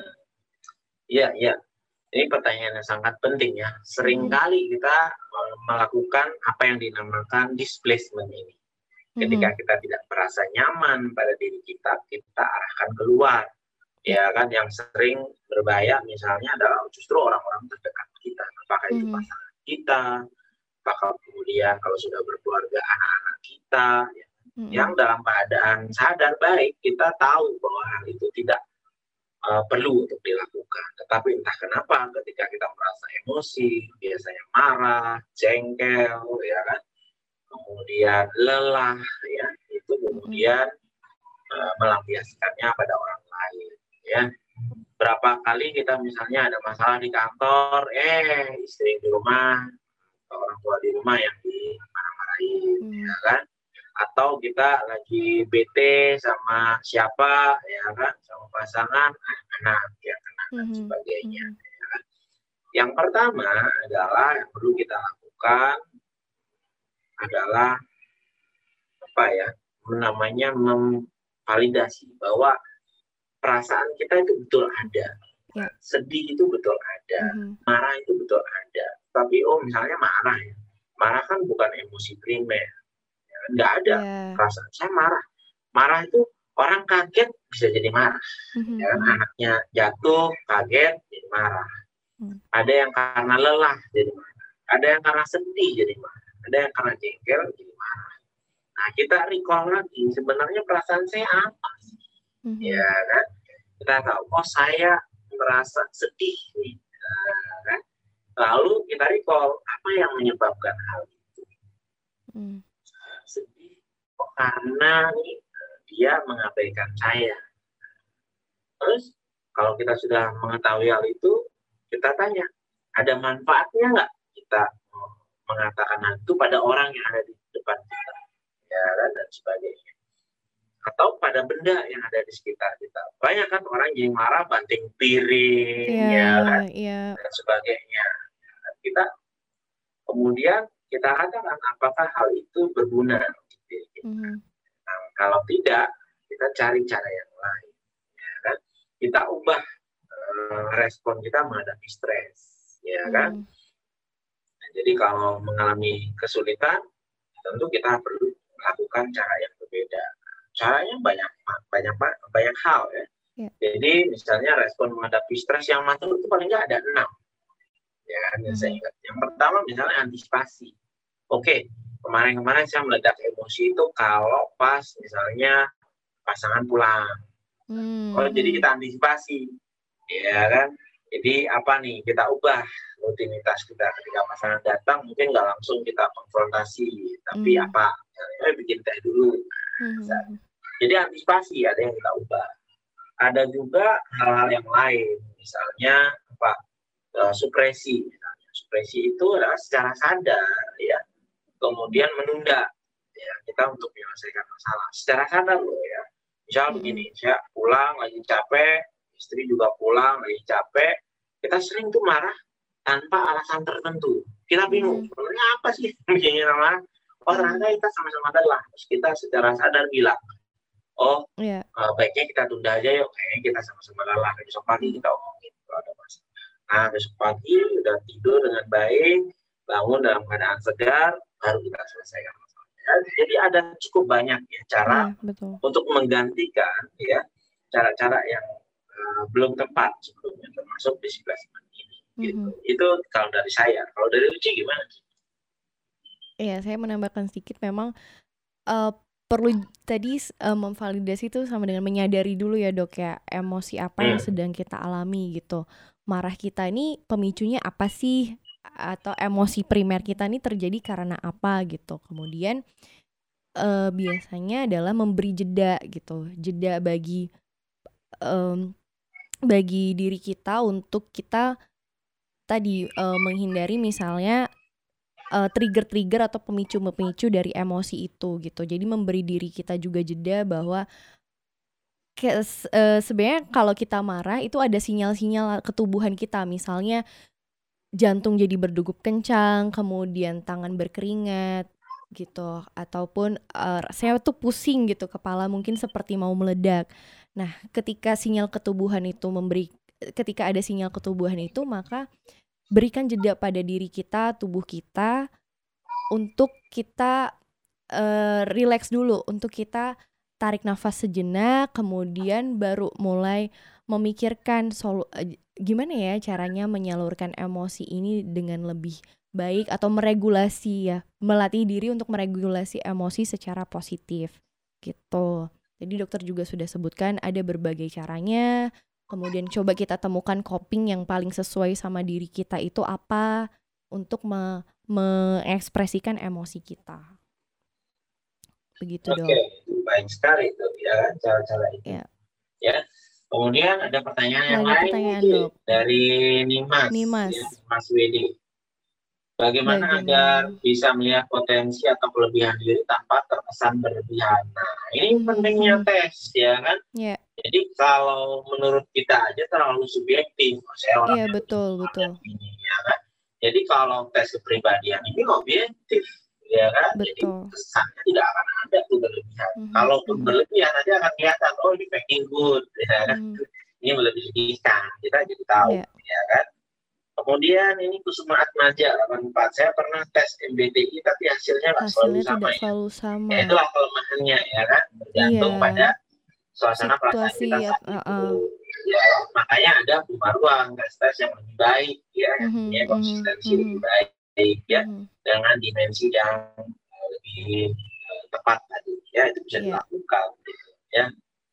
Iya, iya. Ini pertanyaan yang sangat penting ya. Seringkali Mm-hmm. kita melakukan apa yang dinamakan displacement ini. Ketika kita tidak merasa nyaman pada diri kita, kita arahkan keluar. Ya kan, yang sering berbahaya misalnya adalah justru orang-orang terdekat kita. Apakah itu pasangan kita, apakah kemudian kalau sudah berkeluarga anak-anak kita, ya, yang dalam keadaan sadar baik, kita tahu bahwa hal itu tidak uh, perlu untuk dilakukan. Tetapi entah kenapa ketika kita merasa emosi, biasanya marah, jengkel, ya kan, kemudian lelah, ya itu kemudian uh, melampiaskannya pada orang lain, ya. Berapa kali kita misalnya ada masalah di kantor, eh istri di rumah, orang tua di rumah yang dimarah-marahin, hmm. ya kan? Atau kita lagi bete sama siapa, ya kan? Sama pasangan, anak, ya kan, dan hmm. sebagainya. Hmm. Ya kan? Yang pertama adalah yang perlu kita lakukan adalah apa ya? Namanya memvalidasi bahwa perasaan kita itu betul ada, ya. Sedih itu betul ada, mm-hmm. marah itu betul ada. Tapi oh misalnya marah ya, marah kan bukan emosi primer, ya, nggak ada yeah. perasaan saya marah. Marah itu orang kaget bisa jadi marah, mm-hmm. ya kan? Anaknya jatuh kaget jadi marah. Mm. Ada yang karena lelah jadi marah, ada yang karena sedih jadi marah, ada yang karena jengkel jadi marah. Nah kita recall lagi sebenarnya perasaan saya apa sih? Mm-hmm. Ya kan, kita tahu oh saya merasa sedih nih, nah, kan? Lalu kita recall apa yang menyebabkan hal itu. Mm. Sedih oh, karena nih, dia mengabaikan saya. Terus kalau kita sudah mengetahui hal itu, kita tanya ada manfaatnya nggak kita mengatakan hal itu pada orang yang ada di depan kita, ya kan, dan sebagainya. Atau pada benda yang ada di sekitar kita. Banyak kan orang yang marah banting piring, yeah, ya kan, yeah. dan sebagainya. Dan kita kemudian kita katakan apakah hal itu berguna. Mm-hmm. Nah, kalau tidak, kita cari cara yang lain. Ya kan? Kita ubah uh, respon kita menghadapi stres, ya kan. Mm-hmm. Nah, jadi kalau mengalami kesulitan, tentu kita perlu melakukan cara yang berbeda. Caranya banyak banyak banyak hal ya. Yeah. Jadi misalnya respon menghadapi stres yang masuk itu paling nggak ada enam. Ya, mm-hmm. saya ingat. Yang pertama misalnya antisipasi. Oke, kemarin-kemarin saya meledak emosi itu kalau pas misalnya pasangan pulang. Mm-hmm. Oh, jadi kita antisipasi, ya kan? Jadi apa nih, kita ubah rutinitas kita ketika pasangan datang, mungkin nggak langsung kita konfrontasi, tapi Mm. apa, eh, bikin teh dulu. Mm-hmm. Jadi antisipasi ada yang kita ubah. Ada juga hal-hal yang lain, misalnya apa, uh, supresi. Misalnya. Supresi itu adalah secara sadar, ya, kemudian menunda ya kita untuk menyelesaikan masalah secara sadar loh ya. Misal mm-hmm. begini, saya pulang lagi capek, istri juga pulang lagi capek, kita sering tuh marah tanpa alasan tertentu. Kita bingung, mm-hmm. sebenarnya apa sih bikinnya marah? Oh ternyata kita sama-sama lelah. Terus kita secara sadar bilang, oh yeah. uh, baiknya kita tunda aja yuk, kayaknya kita sama-sama lelah. Besok pagi mm-hmm. kita omongin kalau ada masalah. Nah besok pagi udah tidur dengan baik, bangun dalam keadaan segar, baru kita selesaikan masalah. Ya, jadi ada cukup banyak ya cara yeah, betul. untuk menggantikan ya cara-cara yang uh, belum tepat sebelumnya, termasuk disiplin ini. Gitu. Mm-hmm. Itu kalau dari saya. Kalau dari Uci gimana? Iya, saya menambahkan sedikit memang uh, perlu tadi uh, memvalidasi itu sama dengan menyadari dulu ya dok ya, emosi apa yang sedang kita alami gitu. Marah kita ini pemicunya apa sih, atau emosi primer kita ini terjadi karena apa gitu. Kemudian uh, biasanya adalah memberi jeda gitu, jeda bagi um, bagi diri kita untuk kita tadi uh, menghindari misalnya Uh, trigger-trigger atau pemicu-pemicu dari emosi itu gitu. Jadi memberi diri kita juga jeda bahwa ke, uh, sebenarnya kalau kita marah itu ada sinyal-sinyal ketubuhan kita. Misalnya jantung jadi berdegup kencang, kemudian tangan berkeringat gitu, ataupun uh, saya tuh pusing gitu, kepala mungkin seperti mau meledak. Nah, ketika sinyal ketubuhan itu memberi ketika ada sinyal ketubuhan itu, maka berikan jeda pada diri kita, tubuh kita, untuk kita uh, relax dulu, untuk kita tarik nafas sejenak, kemudian baru mulai memikirkan solu- uh, gimana ya caranya menyalurkan emosi ini dengan lebih baik, atau meregulasi ya, melatih diri untuk meregulasi emosi secara positif gitu. Jadi dokter juga sudah sebutkan ada berbagai caranya. Kemudian coba kita temukan coping yang paling sesuai sama diri kita itu apa untuk me- mengekspresikan emosi kita. Begitu dong. Oke, itu baik sekali itu ya cara-cara itu. Ya. ya. Kemudian ada pertanyaan yang ada lain pertanyaan, mungkin dok. dari Nimas, Nimas. Ya, Mas Wedi. Bagaimana, Bagaimana agar bisa melihat potensi atau kelebihan diri tanpa terkesan berlebihan? Nah, ini hmm. pentingnya tes, ya kan? Yeah. Jadi kalau menurut kita aja terlalu subjektif, saya orang yeah, betul betul. Ini, ya kan? Jadi kalau tes kepribadian ini objektif, ya kan? Betul. Jadi kesannya tidak akan ada tuh berlebihan. Mm-hmm. Kalaupun mm-hmm. berlebihan nanti akan kelihatan, oh ini packing good, ya kan? Mm-hmm. Ini melebih-lebihkan, kita jadi tahu, yeah. ya kan? Kemudian ini Kusuma Atmaja delapan puluh empat. Saya pernah tes M B T I tapi hasilnya nggak selalu sama. Tidak ya. selalu sama. Ya, itulah kelemahannya ya kan, bergantung yeah. pada suasana perasaan kita saat uh, uh. itu. Ya, makanya ada rumah ruang tes-tes yang lebih baik ya, mm-hmm, ya konsistensi mm-hmm. lebih baik ya, mm-hmm. dengan dimensi yang lebih uh, tepat tadi ya, itu bisa yeah. dilakukan ya.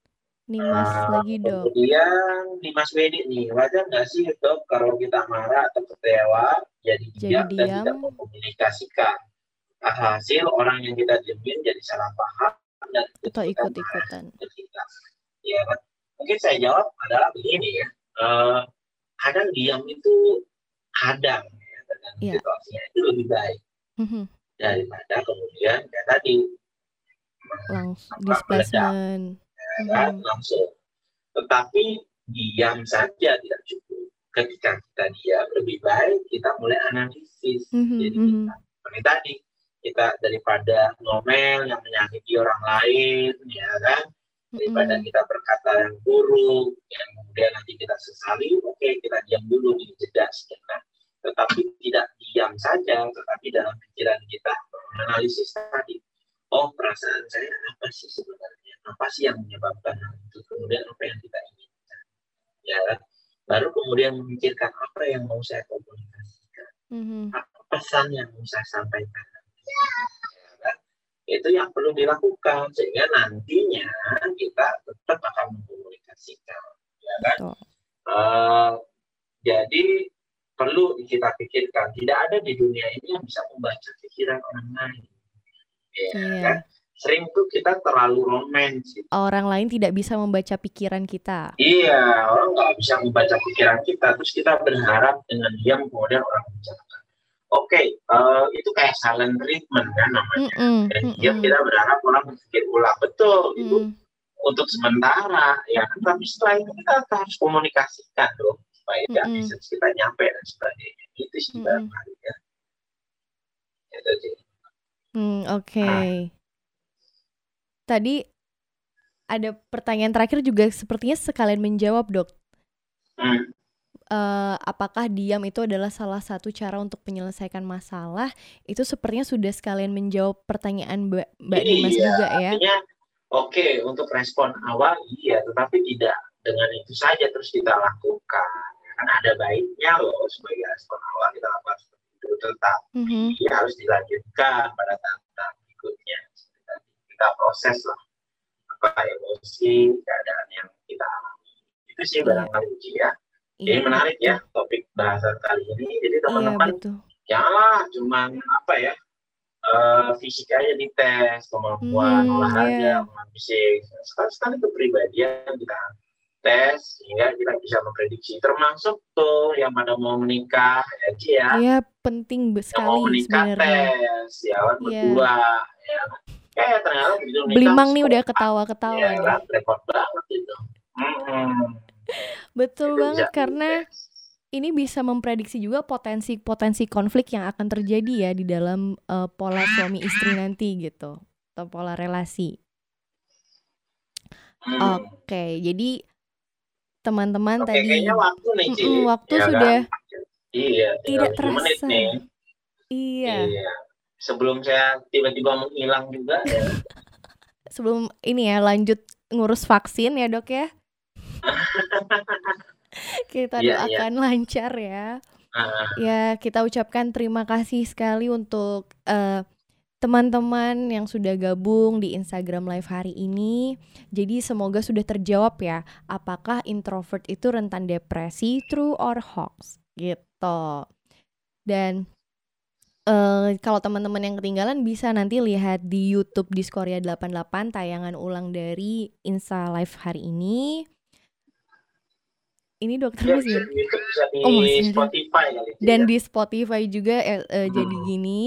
Nimas uh, lagi dok. Kemudian Dimas Wedi nih, wajar nggak sih dok kalau kita marah atau kecewa jadi diam dan tidak mengkomunikasikan? Hasil orang yang kita diamin jadi salah paham dan atau ikut-ikutan. Ya, mungkin saya jawab adalah begini ya. Uh, kadang diam itu kadang ya, tergantung yeah. situasinya itu lebih baik mm-hmm. daripada kemudian kayak tadi langsung displacement. Ya, hmm. langsung. Tetapi diam saja tidak cukup. Ketika kita diam, lebih baik kita mulai analisis. Mm-hmm. Jadi kita, seperti tadi, kita daripada ngomel yang menyakiti orang lain, ya kan? Daripada mm-hmm. kita berkata yang buruk, yang kemudian nanti kita sesali, oke okay, kita diam dulu di jeda sejenak. Tetapi tidak diam saja, tetapi dalam pikiran kita menganalisis tadi. Oh, perasaan saya apa sih sebenarnya? Apa sih yang menyebabkan itu? Kemudian apa yang kita inginkan? Ya, baru kemudian memikirkan apa yang mau saya komunikasikan, mm-hmm. apa pesan yang mau saya sampaikan. Ya, kan? Itu yang perlu dilakukan sehingga nantinya kita tetap akan mengkomunikasikan. Ya, kan? Uh, Jadi perlu kita pikirkan, tidak ada di dunia ini yang bisa membaca pikiran orang lain. Ya, Iya. kan? Sering tuh kita terlalu romans. Gitu. Orang lain tidak bisa membaca pikiran kita. Iya, orang nggak bisa membaca pikiran kita, terus kita berharap dengan diam kemudian orang bicarakan. Oke, okay, uh, itu kayak silent treatment kan namanya. Mm-mm, Dan mm-mm. diam kita berharap orang berpikir ulang. Betul, Mm-mm. itu untuk sementara, ya. Tapi setelah itu kita harus komunikasikan dong, supaya Mm-mm. message kita nyampe dan sebagainya. Itu sih barangkali ya. Itu sih. Hmm, oke. Okay. Ah. Tadi ada pertanyaan terakhir juga sepertinya sekalian menjawab, Dok. Hmm. Uh, apakah diam itu adalah salah satu cara untuk menyelesaikan masalah? Itu sepertinya sudah sekalian menjawab pertanyaan Mbak, Mbak iya, Dimas juga ya. Artinya, oke, okay, untuk respon awal iya, tetapi tidak dengan itu saja terus kita lakukan. Kan ada baiknya loh sebagai respon awal kita lakukan seperti itu, tetap mm-hmm. ya, harus dilanjutkan pada tahap berikutnya. Kita proses lah apa emosi keadaan yang kita alami. Itu sih barangkali ya. Jadi iya, menarik betul. Ya topik bahasan kali ini. Jadi teman-teman iya, janganlah cuman apa ya uh, fisik aja dites, kemampuan hmm, olahraga, yeah. fisik. Sekali-sekali kepribadian kita tes sehingga kita bisa memprediksi. Termasuk tuh yang pada mau menikah ya, Iya penting sekali yang mau menikah sebenarnya. Tes ya berdua ya. Kayak ternyata Belimang nih udah ketawa-ketawa ya, nih. Repot banget itu. Hmm. Betul itu banget karena ini bisa memprediksi juga potensi-potensi konflik yang akan terjadi ya di dalam uh, pola suami istri nanti gitu atau pola relasi. Hmm. Oke, okay, jadi teman-teman okay, tadi waktu, nih, mm, waktu ya, sudah kan? Iya, tidak terasa. Nih. Iya. Iya. Sebelum saya tiba-tiba menghilang juga ya. Sebelum ini ya lanjut ngurus vaksin ya Dok ya. Kita yeah, doakan yeah. lancar ya. Uh. Ya kita ucapkan terima kasih sekali untuk uh, teman-teman yang sudah gabung di Instagram Live hari ini. Jadi semoga sudah terjawab ya. Apakah introvert itu rentan depresi, true or hoax gitu. Dan Uh, kalau teman-teman yang ketinggalan bisa nanti lihat di YouTube Diskoria delapan puluh delapan tayangan ulang dari Insta Live hari ini. Ini dokter ya, bisa, bisa di oh, masih Spotify ada. Dan ya. Di Spotify juga uh, uh, hmm. jadi gini.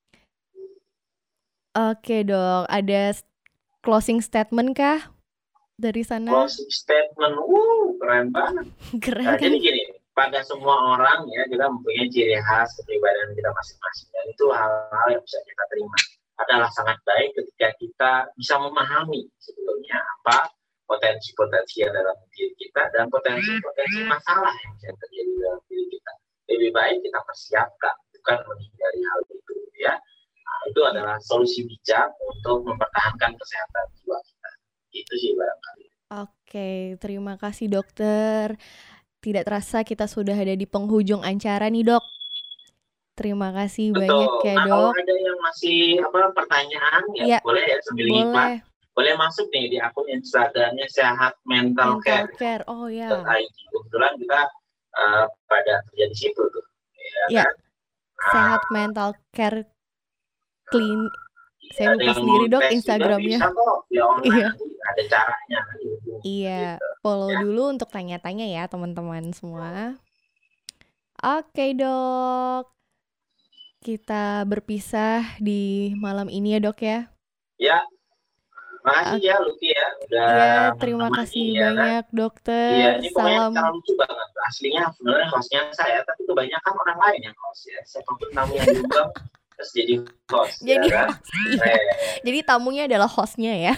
Oke dok, ada closing statement kah dari sana? Closing statement, wuh keren banget. Keren nah, kan? Jadi gini. Pada semua orang ya kita mempunyai ciri khas kepribadian kita masing-masing dan itu hal-hal yang bisa kita terima adalah sangat baik ketika kita bisa memahami sebetulnya apa potensi-potensi yang dalam diri kita dan potensi-potensi masalah yang bisa terjadi dalam diri kita. Lebih baik kita persiapkan bukan menghindari hal itu ya. Nah, itu adalah solusi bijak untuk mempertahankan kesehatan jiwa kita. Itu sih barangkali. Oke, terima kasih dokter. Tidak terasa kita sudah ada di penghujung acara nih dok. Terima kasih Betul. banyak ya nah, dok. Kalau ada yang masih apa pertanyaan ya, ya boleh ya sambil boleh. Boleh masuk nih di akun Instagramnya Sehat Mental, Mental Care. Care. Oh ya. Kebetulan kita uh, pada kerja di situ tuh. Ya. ya. Kan? Sehat nah. Mental Care Clean. Saya lupa sendiri dok Instagramnya. Bisa kok, ya iya. Ada caranya. Gitu. Iya, follow ya. Dulu untuk tanya-tanya ya teman-teman semua. Oke dok, kita berpisah di malam ini ya dok ya. Ya, makasih ya Luki ya. Udah ya, terima kasih ya, banyak kan? Dokter. Iya, ini Salam. Pokoknya lucu banget. Aslinya sebenarnya hostnya saya, tapi kebanyakan orang lain yang host ya. Siapapun tamu yang diundang terus jadi host. Jadi ya, host, kan? Iya. Jadi tamunya adalah hostnya ya.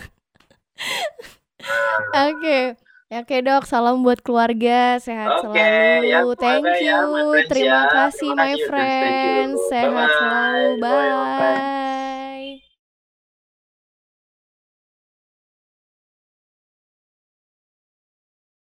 Oke, okay. Oke okay, dok, salam buat keluarga, sehat okay, selalu. Ya, Thank you, ya, terima ya. kasih Terima my kasih, friends, sehat bye-bye. selalu, bye. Bye.